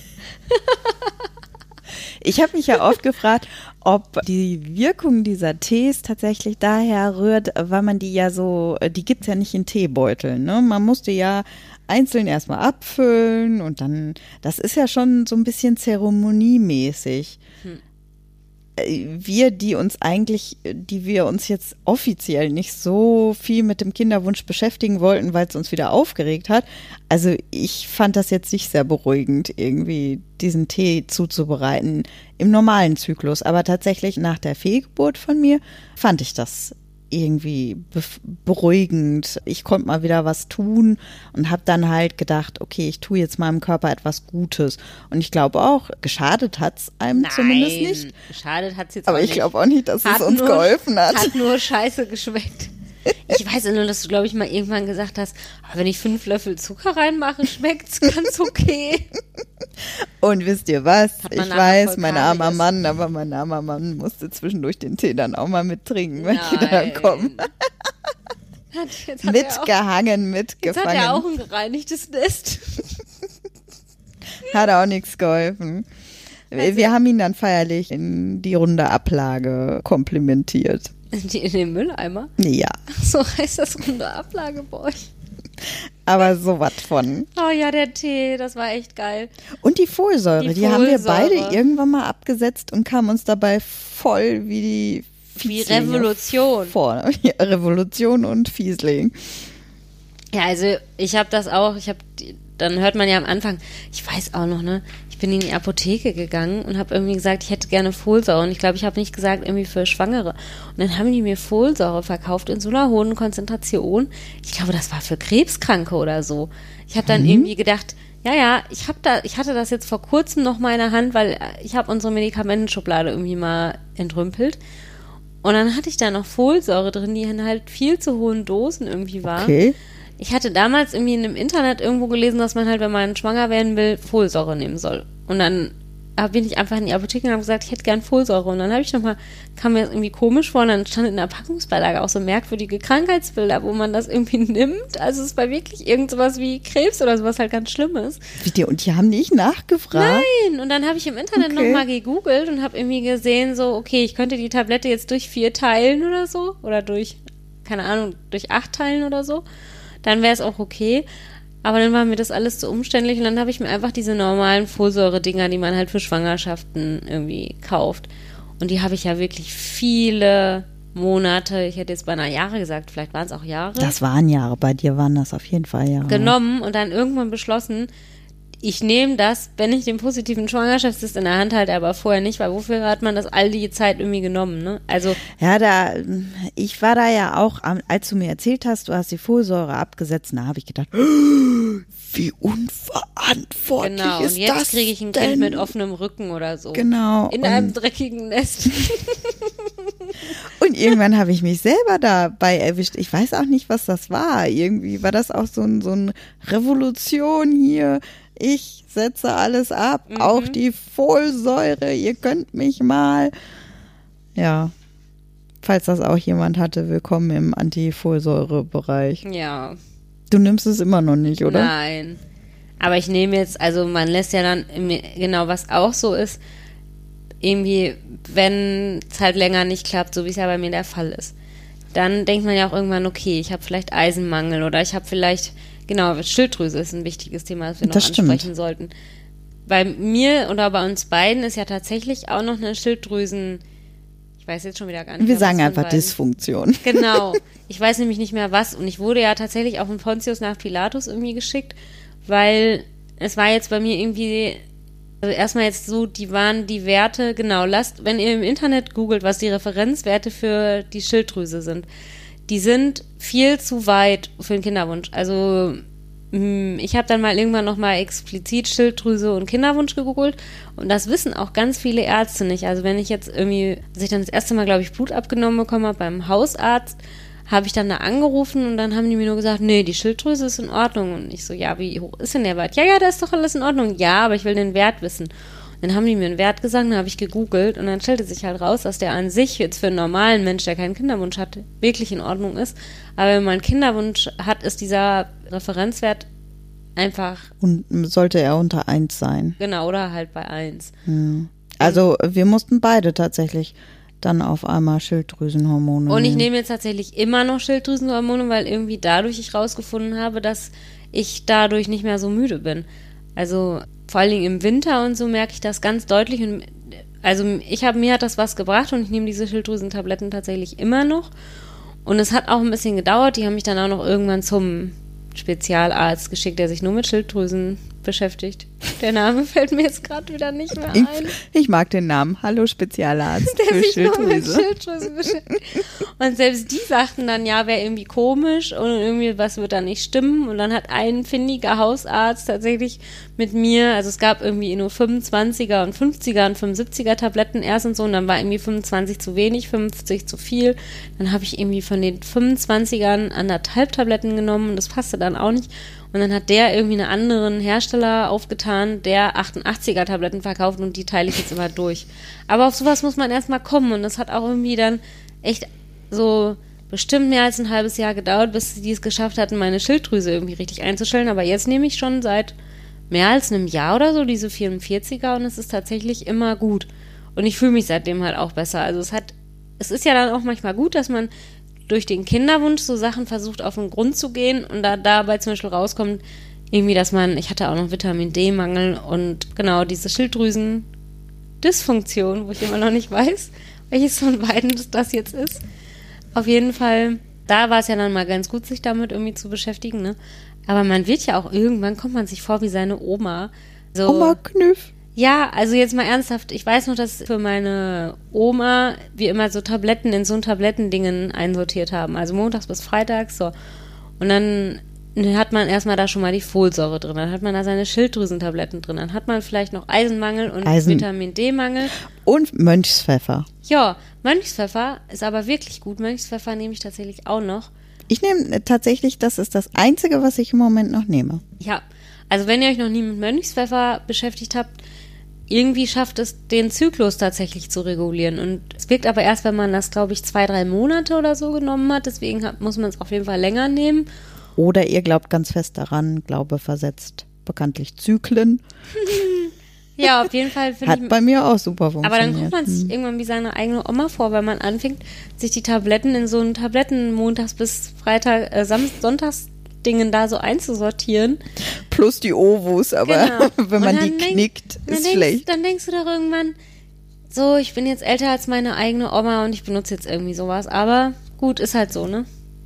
Ich habe mich ja oft gefragt, ob die Wirkung dieser Tees tatsächlich daher rührt, weil man die ja so, die gibt's ja nicht in Teebeuteln, ne? Man musste ja einzeln erstmal abfüllen und dann, das ist ja schon so ein bisschen zeremoniemäßig. Hm. Wir, die uns eigentlich, die wir uns jetzt offiziell nicht so viel mit dem Kinderwunsch beschäftigen wollten, weil es uns wieder aufgeregt hat. Also ich fand das jetzt nicht sehr beruhigend, irgendwie diesen Tee zuzubereiten im normalen Zyklus. Aber tatsächlich nach der Fehlgeburt von mir fand ich das irgendwie bef- beruhigend. Ich konnte mal wieder was tun und habe dann halt gedacht, okay, ich tue jetzt meinem Körper etwas Gutes. Und ich glaube auch, geschadet hat's einem zumindest nicht. Geschadet hat es jetzt Aber auch ich nicht. glaube auch nicht, dass es Hat uns nur- geholfen hat. Hat nur scheiße geschmeckt. Ich weiß ja nur, dass du, glaube ich, mal irgendwann gesagt hast, aber wenn ich fünf Löffel Zucker reinmache, schmeckt's ganz okay. Und wisst ihr was? Hat man Ich nachher weiß, voll mein armer Karies. Mann, aber mein armer Mann musste zwischendurch den Tee dann auch mal mittrinken, wenn Nein. Kinder kommen. Hat, jetzt hat er auch, Mitgehangen, jetzt hat er auch mitgefangen. ein gereinigtes Nest. Hat auch nichts geholfen. Also- Wir haben ihn dann feierlich in die runde Ablage komplimentiert. In den Mülleimer? Ja. So heißt das runde Ablage bei euch. Aber sowas von. Oh ja, der Tee, das war echt geil. Und die Folsäure, Die die, haben wir Folsäure. beide irgendwann mal abgesetzt und kamen uns dabei voll wie die Wie Fieslinge Revolution. vor. Ja, Revolution und Fiesling. Ja, also ich habe das auch, ich habe, dann hört man ja am Anfang, ich weiß auch noch, ne, ich bin in die Apotheke gegangen und habe irgendwie gesagt, ich hätte gerne Folsäure und ich glaube, ich habe nicht gesagt, irgendwie für Schwangere. Und dann haben die mir Folsäure verkauft in so einer hohen Konzentration. Ich glaube, das war für Krebskranke oder so. Ich habe dann Mhm. irgendwie gedacht, ja, ja, ich habe da, ich hatte das jetzt vor kurzem noch mal in der Hand, weil ich habe unsere Medikamentenschublade irgendwie mal entrümpelt. Und dann hatte ich da noch Folsäure drin, die in halt viel zu hohen Dosen irgendwie war. Okay. Ich hatte damals irgendwie in dem Internet irgendwo gelesen, dass man halt, wenn man schwanger werden will, Folsäure nehmen soll. Und dann hab, bin ich einfach in die Apotheke und habe gesagt, ich hätte gern Folsäure. Und dann habe ich nochmal, kam mir das irgendwie komisch vor, und dann stand in der Packungsbeilage auch so merkwürdige Krankheitsbilder, wo man das irgendwie nimmt. Also es war wirklich irgend sowas wie Krebs oder sowas halt ganz Schlimmes. Wie die, und die haben nicht nachgefragt? Nein, und dann habe ich im Internet Okay. nochmal gegoogelt und habe irgendwie gesehen, so, okay, ich könnte die Tablette jetzt durch vier teilen oder so. Oder durch, keine Ahnung, durch acht teilen oder so. Dann wäre es auch okay. Aber dann war mir das alles zu umständlich und dann habe ich mir einfach diese normalen Folsäure-Dinger, die man halt für Schwangerschaften irgendwie kauft. Und die habe ich ja wirklich viele Monate, ich hätte jetzt beinahe Jahre gesagt, vielleicht waren es auch Jahre, Das waren Jahre, bei dir waren das auf jeden Fall Jahre. genommen und dann irgendwann beschlossen, ich nehme das, wenn ich den positiven Schwangerschaftstest in der Hand halte, aber vorher nicht, weil wofür hat man das all die Zeit irgendwie genommen, ne? Also, Ja, da, ich war da ja auch, am- als du mir erzählt hast, du hast die Folsäure abgesetzt, da habe ich gedacht, wie unverantwortlich genau, und ist jetzt das kriege ich ein denn? Kind mit offenem Rücken oder so. Genau. In und, einem dreckigen Nest. und irgendwann habe ich mich selber dabei erwischt. Ich weiß auch nicht, was das war. Irgendwie war das auch so ein, so ein Revolution hier. Ich setze alles ab, Mhm. auch die Folsäure. Ihr könnt mich mal. Ja. Falls das auch jemand hatte, willkommen im Antifolsäure-Bereich. Ja. Du nimmst es immer noch nicht, oder? Nein. Aber ich nehme jetzt, also man lässt ja dann, im- genau, was auch so ist, irgendwie, wenn es halt länger nicht klappt, so wie es ja bei mir der Fall ist, dann denkt man ja auch irgendwann, okay, ich habe vielleicht Eisenmangel oder ich habe vielleicht, genau, Schilddrüse ist ein wichtiges Thema, das wir noch Das stimmt. ansprechen sollten. Bei mir oder bei uns beiden ist ja tatsächlich auch noch eine Schilddrüsen, ich weiß jetzt schon wieder gar nicht Wir mehr, sagen was von einfach beiden. Dysfunktion. Genau. Ich weiß nämlich nicht mehr was. Und ich wurde ja tatsächlich auch von Pontius nach Pilatus irgendwie geschickt, weil es war jetzt bei mir irgendwie, also erstmal jetzt so, die waren die Werte, genau, lasst, wenn ihr im Internet googelt, was die Referenzwerte für die Schilddrüse sind, die sind viel zu weit für den Kinderwunsch. Also mh, ich habe dann mal irgendwann nochmal explizit Schilddrüse und Kinderwunsch gegoogelt und das wissen auch ganz viele Ärzte nicht. Also wenn ich jetzt irgendwie, als ich dann das erste Mal, glaube ich, Blut abgenommen bekommen habe beim Hausarzt, habe ich dann da angerufen und dann haben die mir nur gesagt, nee, die Schilddrüse ist in Ordnung. Und ich so, ja, wie hoch ist denn der Wert? Ja, ja, da ist doch alles in Ordnung. Ja, aber ich will den Wert wissen. Und dann haben die mir einen Wert gesagt, dann habe ich gegoogelt und dann stellte sich halt raus, dass der an sich jetzt für einen normalen Mensch, der keinen Kinderwunsch hat, wirklich in Ordnung ist. Aber wenn man einen Kinderwunsch hat, ist dieser Referenzwert einfach, Und sollte er unter eins sein. genau, oder halt bei eins. Also wir mussten beide tatsächlich dann auf einmal Schilddrüsenhormone Und ich nehmen. nehme jetzt tatsächlich immer noch Schilddrüsenhormone, weil irgendwie dadurch ich rausgefunden habe, dass ich dadurch nicht mehr so müde bin. Also vor allen Dingen im Winter und so merke ich das ganz deutlich. Und also ich habe mir hat das was gebracht und ich nehme diese Schilddrüsentabletten tatsächlich immer noch. Und es hat auch ein bisschen gedauert. Die haben mich dann auch noch irgendwann zum Spezialarzt geschickt, der sich nur mit Schilddrüsen beschäftigt. Der Name fällt mir jetzt gerade wieder nicht mehr Ich, ein. ich mag den Namen. Hallo Spezialarzt Der für sich nur mit Schilddrüse. Schilddrüse beschäftigt. Und selbst die sagten dann, ja, wäre irgendwie komisch und irgendwie was wird da nicht stimmen. Und dann hat ein findiger Hausarzt tatsächlich mit mir, also es gab irgendwie nur fünfundzwanziger und fünfziger und fünfundsiebziger Tabletten erst und so und dann war irgendwie fünfundzwanzig zu wenig, fünfzig zu viel. Dann habe ich irgendwie von den fünfundzwanzigern anderthalb Tabletten genommen und das passte dann auch nicht. Und dann hat der irgendwie einen anderen Hersteller aufgetan, der achtundachtziger Tabletten verkauft und die teile ich jetzt immer durch. Aber auf sowas muss man erstmal kommen und das hat auch irgendwie dann echt so bestimmt mehr als ein halbes Jahr gedauert, bis die es geschafft hatten, meine Schilddrüse irgendwie richtig einzustellen. Aber jetzt nehme ich schon seit mehr als einem Jahr oder so diese vierundvierziger und es ist tatsächlich immer gut. Und ich fühle mich seitdem halt auch besser. Also es hat, es ist ja dann auch manchmal gut, dass man durch den Kinderwunsch so Sachen versucht auf den Grund zu gehen und da dabei zum Beispiel rauskommt, irgendwie, dass man, ich hatte auch noch Vitamin D-Mangel und genau diese Schilddrüsen-Dysfunktion, wo ich immer noch nicht weiß, welches von beiden das jetzt ist. Auf jeden Fall, da war es ja dann mal ganz gut, sich damit irgendwie zu beschäftigen, ne? Aber man wird ja auch, irgendwann kommt man sich vor wie seine Oma. So, Oma Knüff. Ja, also jetzt mal ernsthaft, ich weiß noch, dass für meine Oma wir immer so Tabletten in so ein Tablettendingen einsortiert haben, also montags bis freitags, so. Und dann hat man erstmal da schon mal die Folsäure drin, dann hat man da seine Schilddrüsentabletten drin, dann hat man vielleicht noch Eisenmangel und Eisen. Vitamin D-Mangel. Und Mönchspfeffer. Ja, Mönchspfeffer ist aber wirklich gut. Mönchspfeffer nehme ich tatsächlich auch noch. Ich nehme tatsächlich, das ist das Einzige, was ich im Moment noch nehme. Ja, also wenn ihr euch noch nie mit Mönchspfeffer beschäftigt habt, irgendwie schafft es, den Zyklus tatsächlich zu regulieren. Und es wirkt aber erst, wenn man das, glaube ich, zwei, drei Monate oder so genommen hat. Deswegen hat, muss man es auf jeden Fall länger nehmen. Oder ihr glaubt ganz fest daran, Glaube versetzt bekanntlich Zyklen. Ja, auf jeden Fall finde ich. Hat bei mir auch super funktioniert. Aber dann kommt man sich hm. irgendwann wie seine eigene Oma vor, weil man anfängt, sich die Tabletten in so einen Tabletten montags bis Freitag, äh, Samst- Sonntagsdingen da so einzusortieren. Plus die Ovus, aber Genau. wenn man die denk, knickt, ist denkst, schlecht. Dann denkst du doch irgendwann, so, ich bin jetzt älter als meine eigene Oma und ich benutze jetzt irgendwie sowas. Aber gut, ist halt so, ne?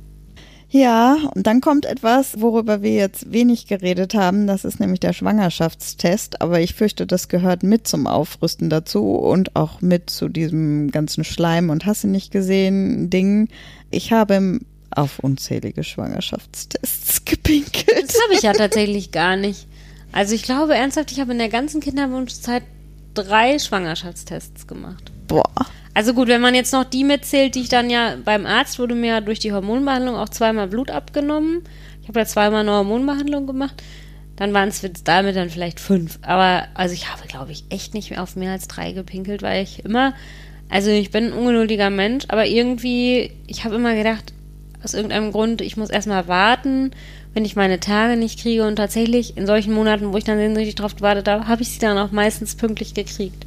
Ja, und dann kommt etwas, worüber wir jetzt wenig geredet haben. Das ist nämlich der Schwangerschaftstest. Aber ich fürchte, das gehört mit zum Aufrüsten dazu und auch mit zu diesem ganzen Schleim und hast du nicht gesehen Ding. Ich habe auf unzählige Schwangerschaftstests gepinkelt. Das habe ich ja tatsächlich gar nicht. Also ich glaube ernsthaft, ich habe in der ganzen Kinderwunschzeit drei Schwangerschaftstests gemacht. Boah. Also gut, wenn man jetzt noch die mitzählt, die ich dann ja beim Arzt wurde mir ja durch die Hormonbehandlung auch zweimal Blut abgenommen. Ich habe ja zweimal eine Hormonbehandlung gemacht. Dann waren es damit dann vielleicht fünf. Aber also ich habe, glaube ich, echt nicht mehr auf mehr als drei gepinkelt, weil ich immer, also ich bin ein ungeduldiger Mensch, aber irgendwie, ich habe immer gedacht, aus irgendeinem Grund, ich muss erstmal warten, wenn ich meine Tage nicht kriege. Und tatsächlich in solchen Monaten, wo ich dann sehnsüchtig drauf gewartet habe, habe ich sie dann auch meistens pünktlich gekriegt.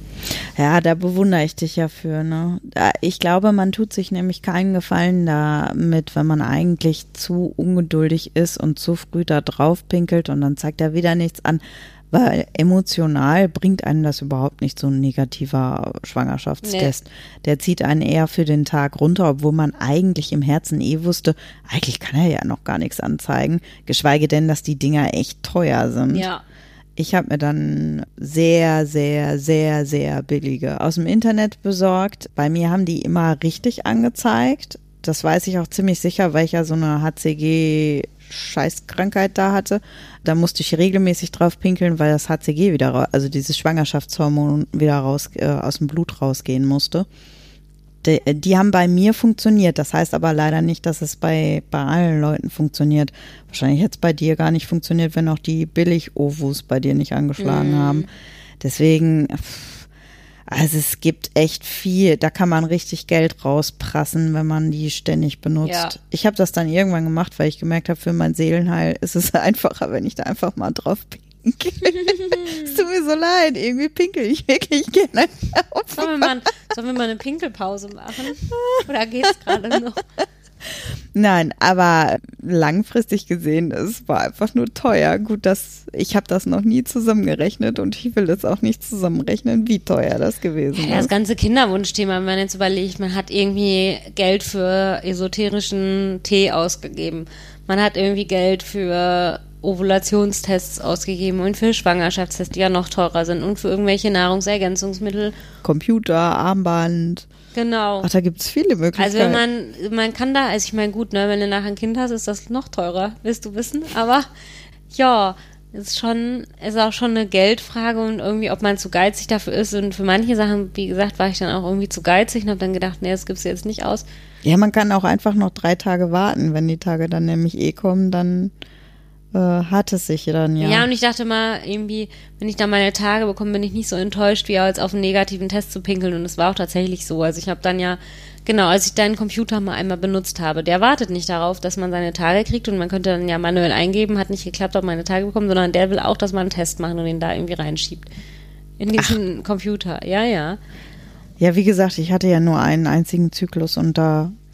Ja, da bewundere ich dich ja für, ne? Ich glaube, man tut sich nämlich keinen Gefallen damit, wenn man eigentlich zu ungeduldig ist und zu früh da drauf pinkelt und dann zeigt er wieder nichts an, weil emotional bringt einen das überhaupt nicht, so ein negativer Schwangerschaftstest. Nee. Der zieht einen eher für den Tag runter, obwohl man eigentlich im Herzen eh wusste, eigentlich kann er ja noch gar nichts anzeigen, geschweige denn, dass die Dinger echt teuer sind. Ja. Ich habe mir dann sehr, sehr, sehr, sehr billige aus dem Internet besorgt. Bei mir haben die immer richtig angezeigt. Das weiß ich auch ziemlich sicher, weil ich ja so eine H C G-Scheißkrankheit da hatte. Da musste ich regelmäßig drauf pinkeln, weil das H C G wieder, also dieses Schwangerschaftshormon wieder raus, äh, aus dem Blut rausgehen musste. Die, die haben bei mir funktioniert. Das heißt aber leider nicht, dass es bei, bei allen Leuten funktioniert. Wahrscheinlich hätte es bei dir gar nicht funktioniert, wenn auch die Billig-Ovus bei dir nicht angeschlagen mm. haben. Deswegen, also es gibt echt viel. Da kann man richtig Geld rausprassen, wenn man die ständig benutzt. Ja. Ich habe das dann irgendwann gemacht, weil ich gemerkt habe, für mein Seelenheil ist es einfacher, wenn ich da einfach mal drauf pinkel. Es tut mir so leid, irgendwie pinkel ich wirklich gerne. Sollen wir mal, sollen wir mal eine Pinkelpause machen? Oder geht's gerade noch? Nein, aber langfristig gesehen, es war einfach nur teuer. Gut, dass ich habe das noch nie zusammengerechnet und ich will das auch nicht zusammenrechnen, wie teuer das gewesen ist. Ja, das ganze Kinderwunschthema, wenn man jetzt überlegt, man hat irgendwie Geld für esoterischen Tee ausgegeben. Man hat irgendwie Geld für Ovulationstests ausgegeben und für Schwangerschaftstests, die ja noch teurer sind und für irgendwelche Nahrungsergänzungsmittel. Computer, Armband. Genau. Ach, da gibt es viele Möglichkeiten. Also wenn man, man kann da, also ich meine gut, ne, wenn du nachher ein Kind hast, ist das noch teurer, willst du wissen, aber ja, ist schon, ist auch schon eine Geldfrage und irgendwie, ob man zu geizig dafür ist und für manche Sachen, wie gesagt, war ich dann auch irgendwie zu geizig und habe dann gedacht, nee, das gibt's jetzt nicht aus. Ja, man kann auch einfach noch drei Tage warten, wenn die Tage dann nämlich eh kommen, dann äh, hat es sich dann ja. Ja, und ich dachte mal, irgendwie, wenn ich dann meine Tage bekomme, bin ich nicht so enttäuscht, wie als auf einen negativen Test zu pinkeln und es war auch tatsächlich so. Also ich habe dann ja, genau, als ich deinen Computer mal einmal benutzt habe, der wartet nicht darauf, dass man seine Tage kriegt und man könnte dann ja manuell eingeben, hat nicht geklappt, ob meine Tage bekommen, sondern der will auch, dass man einen Test macht und ihn da irgendwie reinschiebt. In diesen Ach. Computer, ja, ja. Ja, wie gesagt, ich hatte ja nur einen einzigen Zyklus und da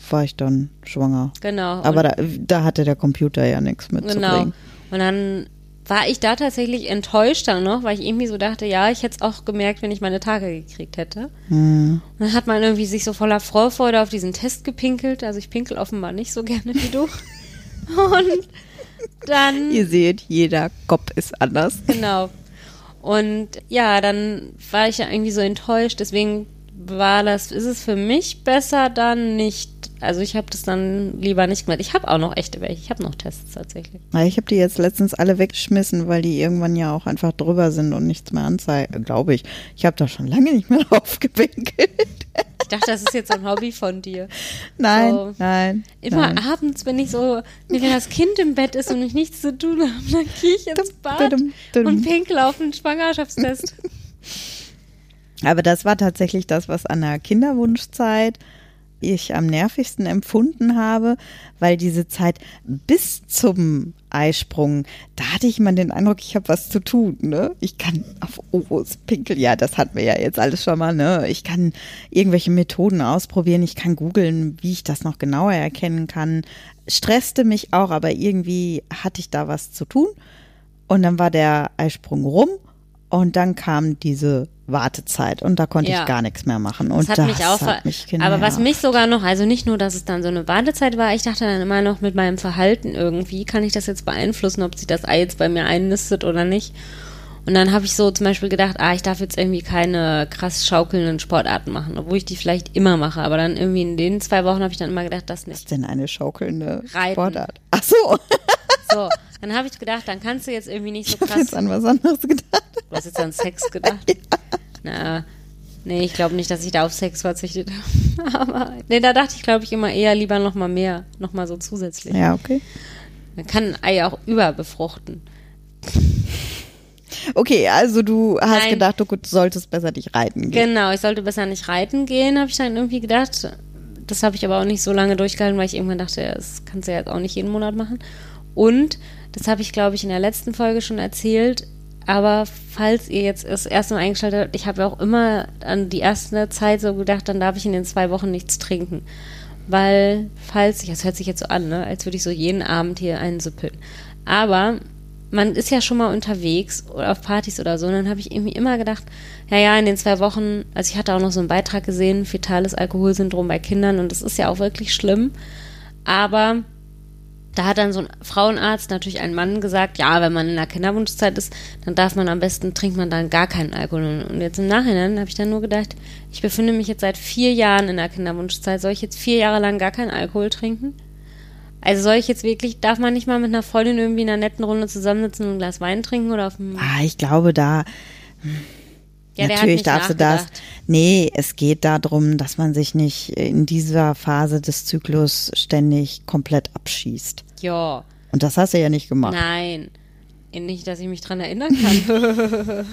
war ich dann schwanger. Genau. Aber da, da hatte der Computer ja nichts mitzubringen. Genau. Und dann war ich da tatsächlich enttäuscht dann noch, weil ich irgendwie so dachte, ja, ich hätte es auch gemerkt, wenn ich meine Tage gekriegt hätte. Hm. Und dann hat man irgendwie sich so voller Vorfreude auf diesen Test gepinkelt. Also ich pinkel offenbar nicht so gerne wie du. Und dann... Ihr seht, jeder Kopf ist anders. Genau. Und ja, dann war ich ja irgendwie so enttäuscht. Deswegen war das, ist es für mich besser dann nicht. Also ich habe das dann lieber nicht gemacht. Ich habe auch noch echte welche. Ich habe noch Tests tatsächlich. Ja, ich habe die jetzt letztens alle weggeschmissen, weil die irgendwann ja auch einfach drüber sind und nichts mehr anzeigen, glaube ich. Ich habe da schon lange nicht mehr drauf gepinkelt. Ich dachte, das ist jetzt so ein Hobby von dir. Nein, so, nein. Immer nein. abends, wenn ich so, wenn das Kind im Bett ist und ich nichts zu tun habe, dann gehe ich ins Bad dum, dum, dum. und pinkel auf einen Schwangerschaftstest. Aber das war tatsächlich das, was an der Kinderwunschzeit ich am nervigsten empfunden habe, weil diese Zeit bis zum Eisprung, da hatte ich immer den Eindruck, ich habe was zu tun, ne? Ich kann auf Ovos pinkeln, ja, das hatten wir ja jetzt alles schon mal, ne? Ich kann irgendwelche Methoden ausprobieren, ich kann googeln, wie ich das noch genauer erkennen kann. Stresste mich auch, aber irgendwie hatte ich da was zu tun. Und dann war der Eisprung rum und dann kam diese Wartezeit und da konnte Ja. ich gar nichts mehr machen. Und Das hat das mich auch, hat mich ver- aber was genervt. mich sogar noch, also nicht nur, dass es dann so eine Wartezeit war, ich dachte dann immer noch mit meinem Verhalten irgendwie, kann ich das jetzt beeinflussen, ob sich das Ei jetzt bei mir einnistet oder nicht. Und dann habe ich so zum Beispiel gedacht, ah, ich darf jetzt irgendwie keine krass schaukelnden Sportarten machen, obwohl ich die vielleicht immer mache, aber dann irgendwie in den zwei Wochen habe ich dann immer gedacht, das Was nicht. ist denn eine schaukelnde Reiten. Sportart? Ach so, So, dann habe ich gedacht, dann kannst du jetzt irgendwie nicht so ich habe krass, jetzt an was anderes gedacht. du hast jetzt an Sex gedacht? Na, nee, ich glaube nicht, dass ich da auf Sex verzichtet habe. Aber nee, da dachte ich, glaube ich, immer eher lieber noch mal mehr, noch mal so zusätzlich. Ja, okay. Man kann ein Ei auch überbefruchten. Okay, also du hast Nein. gedacht, du solltest besser dich reiten gehen. Genau, ich sollte besser nicht reiten gehen, habe ich dann irgendwie gedacht. Das habe ich aber auch nicht so lange durchgehalten, weil ich irgendwann dachte, das kannst du ja jetzt auch nicht jeden Monat machen. Und, das habe ich, glaube ich, in der letzten Folge schon erzählt, aber falls ihr jetzt das erste Mal eingeschaltet habt, ich habe ja auch immer an die erste Zeit so gedacht, dann darf ich in den zwei Wochen nichts trinken. Weil, falls, das hört sich jetzt so an, ne, als würde ich so jeden Abend hier einen süppeln. Aber man ist ja schon mal unterwegs oder auf Partys oder so und dann habe ich irgendwie immer gedacht, ja, ja, in den zwei Wochen, also ich hatte auch noch so einen Beitrag gesehen, fetales Alkoholsyndrom bei Kindern und das ist ja auch wirklich schlimm, aber da hat dann so ein Frauenarzt, natürlich ein Mann, gesagt, ja, wenn man in der Kinderwunschzeit ist, dann darf man am besten, trinkt man dann gar keinen Alkohol. Und jetzt im Nachhinein habe ich dann nur gedacht, ich befinde mich jetzt seit vier Jahren in der Kinderwunschzeit, soll ich jetzt vier Jahre lang gar keinen Alkohol trinken? Also soll ich jetzt wirklich, darf man nicht mal mit einer Freundin irgendwie in einer netten Runde zusammensitzen und ein Glas Wein trinken oder auf dem... Ah, ich glaube, da Ja, der hat natürlich nicht darfst du das. nachgedacht. Nee, es geht darum, dass man sich nicht in dieser Phase des Zyklus ständig komplett abschießt. Ja, Und das hast du ja nicht gemacht. nein. Nicht, dass ich mich dran erinnern kann.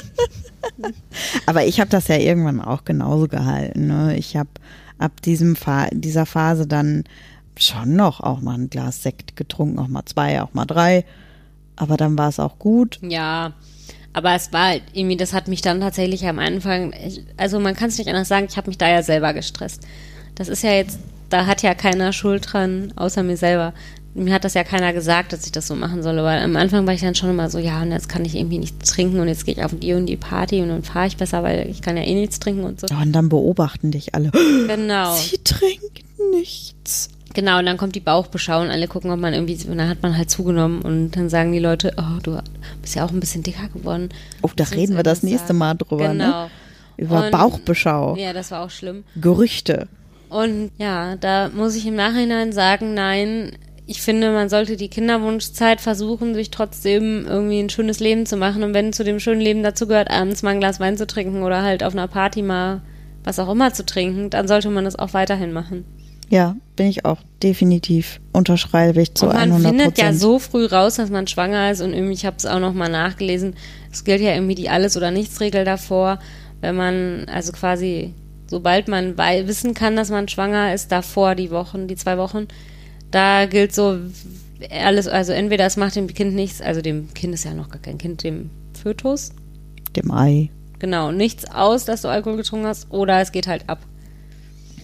Aber ich habe das ja irgendwann auch genauso gehalten. Ne? Ich habe ab diesem Fa- dieser Phase dann schon noch auch mal ein Glas Sekt getrunken, auch mal zwei, auch mal drei. Aber dann war es auch gut. Ja, aber es war halt irgendwie, das hat mich dann tatsächlich am Anfang, ich, also man kann es nicht anders sagen, ich habe mich da ja selber gestresst. Das ist ja jetzt, da hat ja keiner Schuld dran, außer mir selber. Mir hat das ja keiner gesagt, dass ich das so machen soll, weil am Anfang war ich dann schon immer so, ja, und jetzt kann ich irgendwie nichts trinken und jetzt gehe ich auf die und die Party und dann fahre ich besser, weil ich kann ja eh nichts trinken und so. Ja, und dann beobachten dich alle. Genau. Sie trinkt nichts. Genau, und dann kommt die Bauchbeschau und alle gucken, ob man irgendwie, und dann hat man halt zugenommen und dann sagen die Leute, oh, du bist ja auch ein bisschen dicker geworden. Oh, da Was willst reden du wir das denn nächste sagen? Mal drüber, Genau. ne? Über Und- Bauchbeschau, Ja, das war auch schlimm. Gerüchte. Und ja, da muss ich im Nachhinein sagen, nein, ich finde, man sollte die Kinderwunschzeit versuchen, sich trotzdem irgendwie ein schönes Leben zu machen. Und wenn zu dem schönen Leben dazu gehört, abends mal ein Glas Wein zu trinken oder halt auf einer Party mal was auch immer zu trinken, dann sollte man das auch weiterhin machen. Ja, bin ich auch definitiv, unterschreibe ich zu Und man hundert findet ja Prozent. so früh raus, dass man schwanger ist und irgendwie, ich habe es auch noch mal nachgelesen, es gilt ja irgendwie die Alles- oder Nichts-Regel davor, wenn man, also quasi, sobald man wei- wissen kann, dass man schwanger ist, davor die Wochen, die zwei Wochen, da gilt so alles, also entweder es macht dem Kind nichts, also dem Kind ist ja noch gar kein Kind, dem Fötus, Dem Ei. genau, nichts aus, dass du Alkohol getrunken hast, oder es geht halt ab.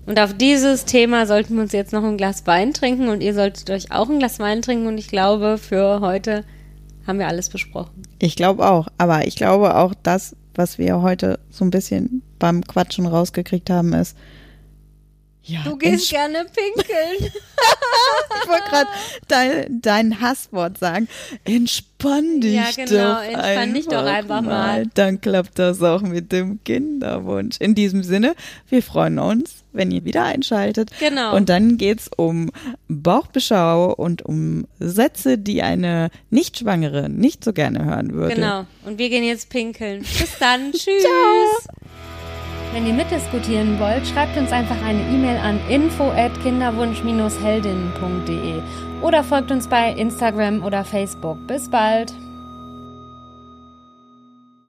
Und auf dieses Thema sollten wir uns jetzt noch ein Glas Wein trinken und ihr solltet euch auch ein Glas Wein trinken und ich glaube, für heute haben wir alles besprochen. Ich glaube auch, aber ich glaube auch, das, was wir heute so ein bisschen beim Quatschen rausgekriegt haben, ist, ja, du gehst gerne pinkeln. Ich wollte gerade dein, dein Hasswort sagen. Entspann dich ja, genau, doch entspann einfach dich doch einfach mal. mal. Dann klappt das auch mit dem Kinderwunsch. In diesem Sinne, wir freuen uns, wenn ihr wieder einschaltet. Genau. Und dann geht's um Bauchbeschau und um Sätze, die eine Nicht-Schwangere nicht so gerne hören würde. Genau. Und wir gehen jetzt pinkeln. Bis dann. Tschüss. Ciao. Wenn ihr mitdiskutieren wollt, schreibt uns einfach eine E-Mail an info at kinderwunsch Bindestrich heldinnen punkt de oder folgt uns bei Instagram oder Facebook. Bis bald!